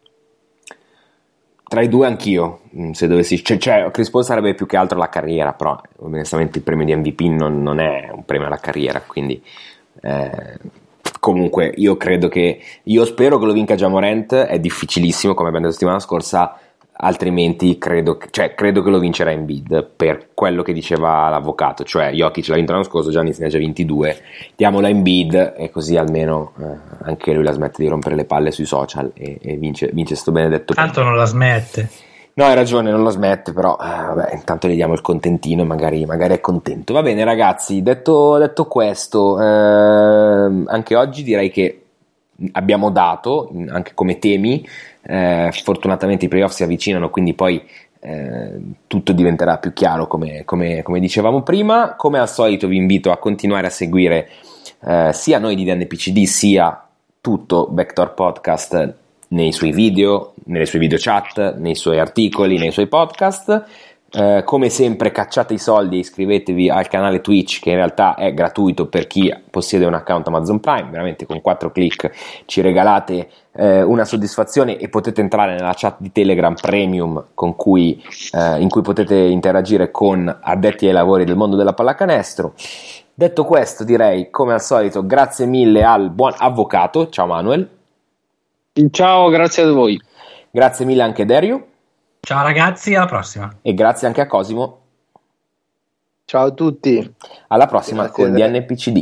Tra i due anch'io, se dovessi, cioè, cioè Chris Paul sarebbe più che altro la carriera, però onestamente il premio di M V P non, non è un premio alla carriera, quindi eh, comunque io credo che, io spero che lo vinca Ja Morant, è difficilissimo come abbiamo detto settimana scorsa, altrimenti credo, cioè, credo che lo vincerà Embiid per quello che diceva l'avvocato, cioè Jokic l'ha vinto l'anno scorso, Giannis ne ha già ventidue, diamola a Embiid e così almeno eh, anche lui la smette di rompere le palle sui social e, e vince, vince sto benedetto. Tanto non la smette. No, hai ragione, non la smette, però eh, vabbè, intanto gli diamo il contentino e magari, magari è contento. Va bene ragazzi, detto, detto questo, eh, anche oggi direi che abbiamo dato, anche come temi, eh, fortunatamente i playoff si avvicinano, quindi poi eh, tutto diventerà più chiaro come, come, come dicevamo prima. Come al solito vi invito a continuare a seguire eh, sia noi di D N P C D sia tutto Backdoor Podcast nei suoi video, nelle sue video chat, nei suoi articoli, nei suoi podcast. Eh, come sempre cacciate i soldi e iscrivetevi al canale Twitch, che in realtà è gratuito per chi possiede un account Amazon Prime, veramente con quattro click ci regalate eh, una soddisfazione e potete entrare nella chat di Telegram Premium con cui, eh, in cui potete interagire con addetti ai lavori del mondo della pallacanestro. Detto questo, direi come al solito grazie mille al buon avvocato, ciao Manuel. Ciao, grazie a voi. Grazie mille anche Dario. Ciao ragazzi, alla prossima. E grazie anche a Cosimo. Ciao a tutti. Alla prossima grazie con D N P C D.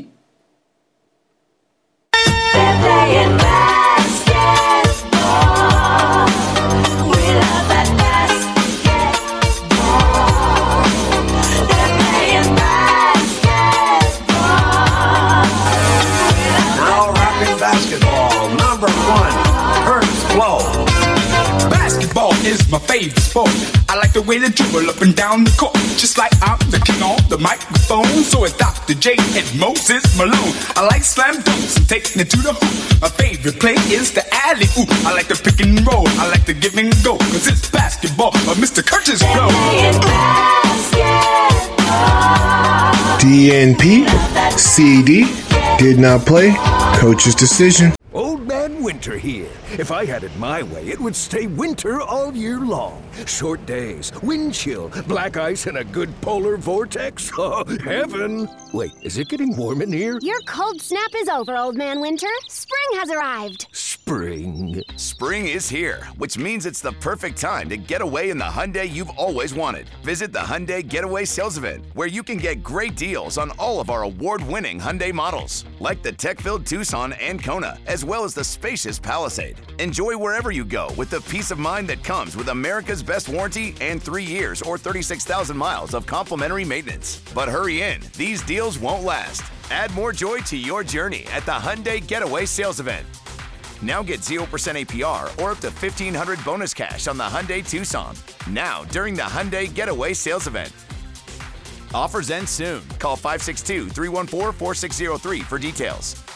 Now rapping basketball, number one, Curtis Blow. Basketball is my favorite sport. I like the way they dribble up and down the court, just like I'm the king on the microphone. So it's Doctor J and Moses Malone. I like slam dunks and taking it to the hoop. My favorite play is the alley-oop. I like the pick and roll, I like the give and go, cause it's basketball of Mister Curtis Blow. D N P, C D, did not play, coach's decision. Old Man winter here. If I had it my way, it would stay winter all year long. Short days, wind chill, black ice, and a good polar vortex. Oh, heaven! Wait, is it getting warm in here? Your cold snap is over, Old Man Winter. Spring has arrived. Spring. Spring is here, which means it's the perfect time to get away in the Hyundai you've always wanted. Visit the Hyundai Getaway Sales Event, where you can get great deals on all of our award-winning Hyundai models, like the tech-filled Tucson and Kona, as well as the spacious Palisade. Enjoy wherever you go with the peace of mind that comes with America's best warranty and three years or thirty-six thousand miles of complimentary maintenance. But hurry in, these deals won't last. Add more joy to your journey at the Hyundai Getaway Sales Event. Now get zero percent A P R or up to fifteen hundred dollars bonus cash on the Hyundai Tucson. Now, during the Hyundai Getaway Sales Event. Offers end soon. Call five six two, three one four, four six zero three for details.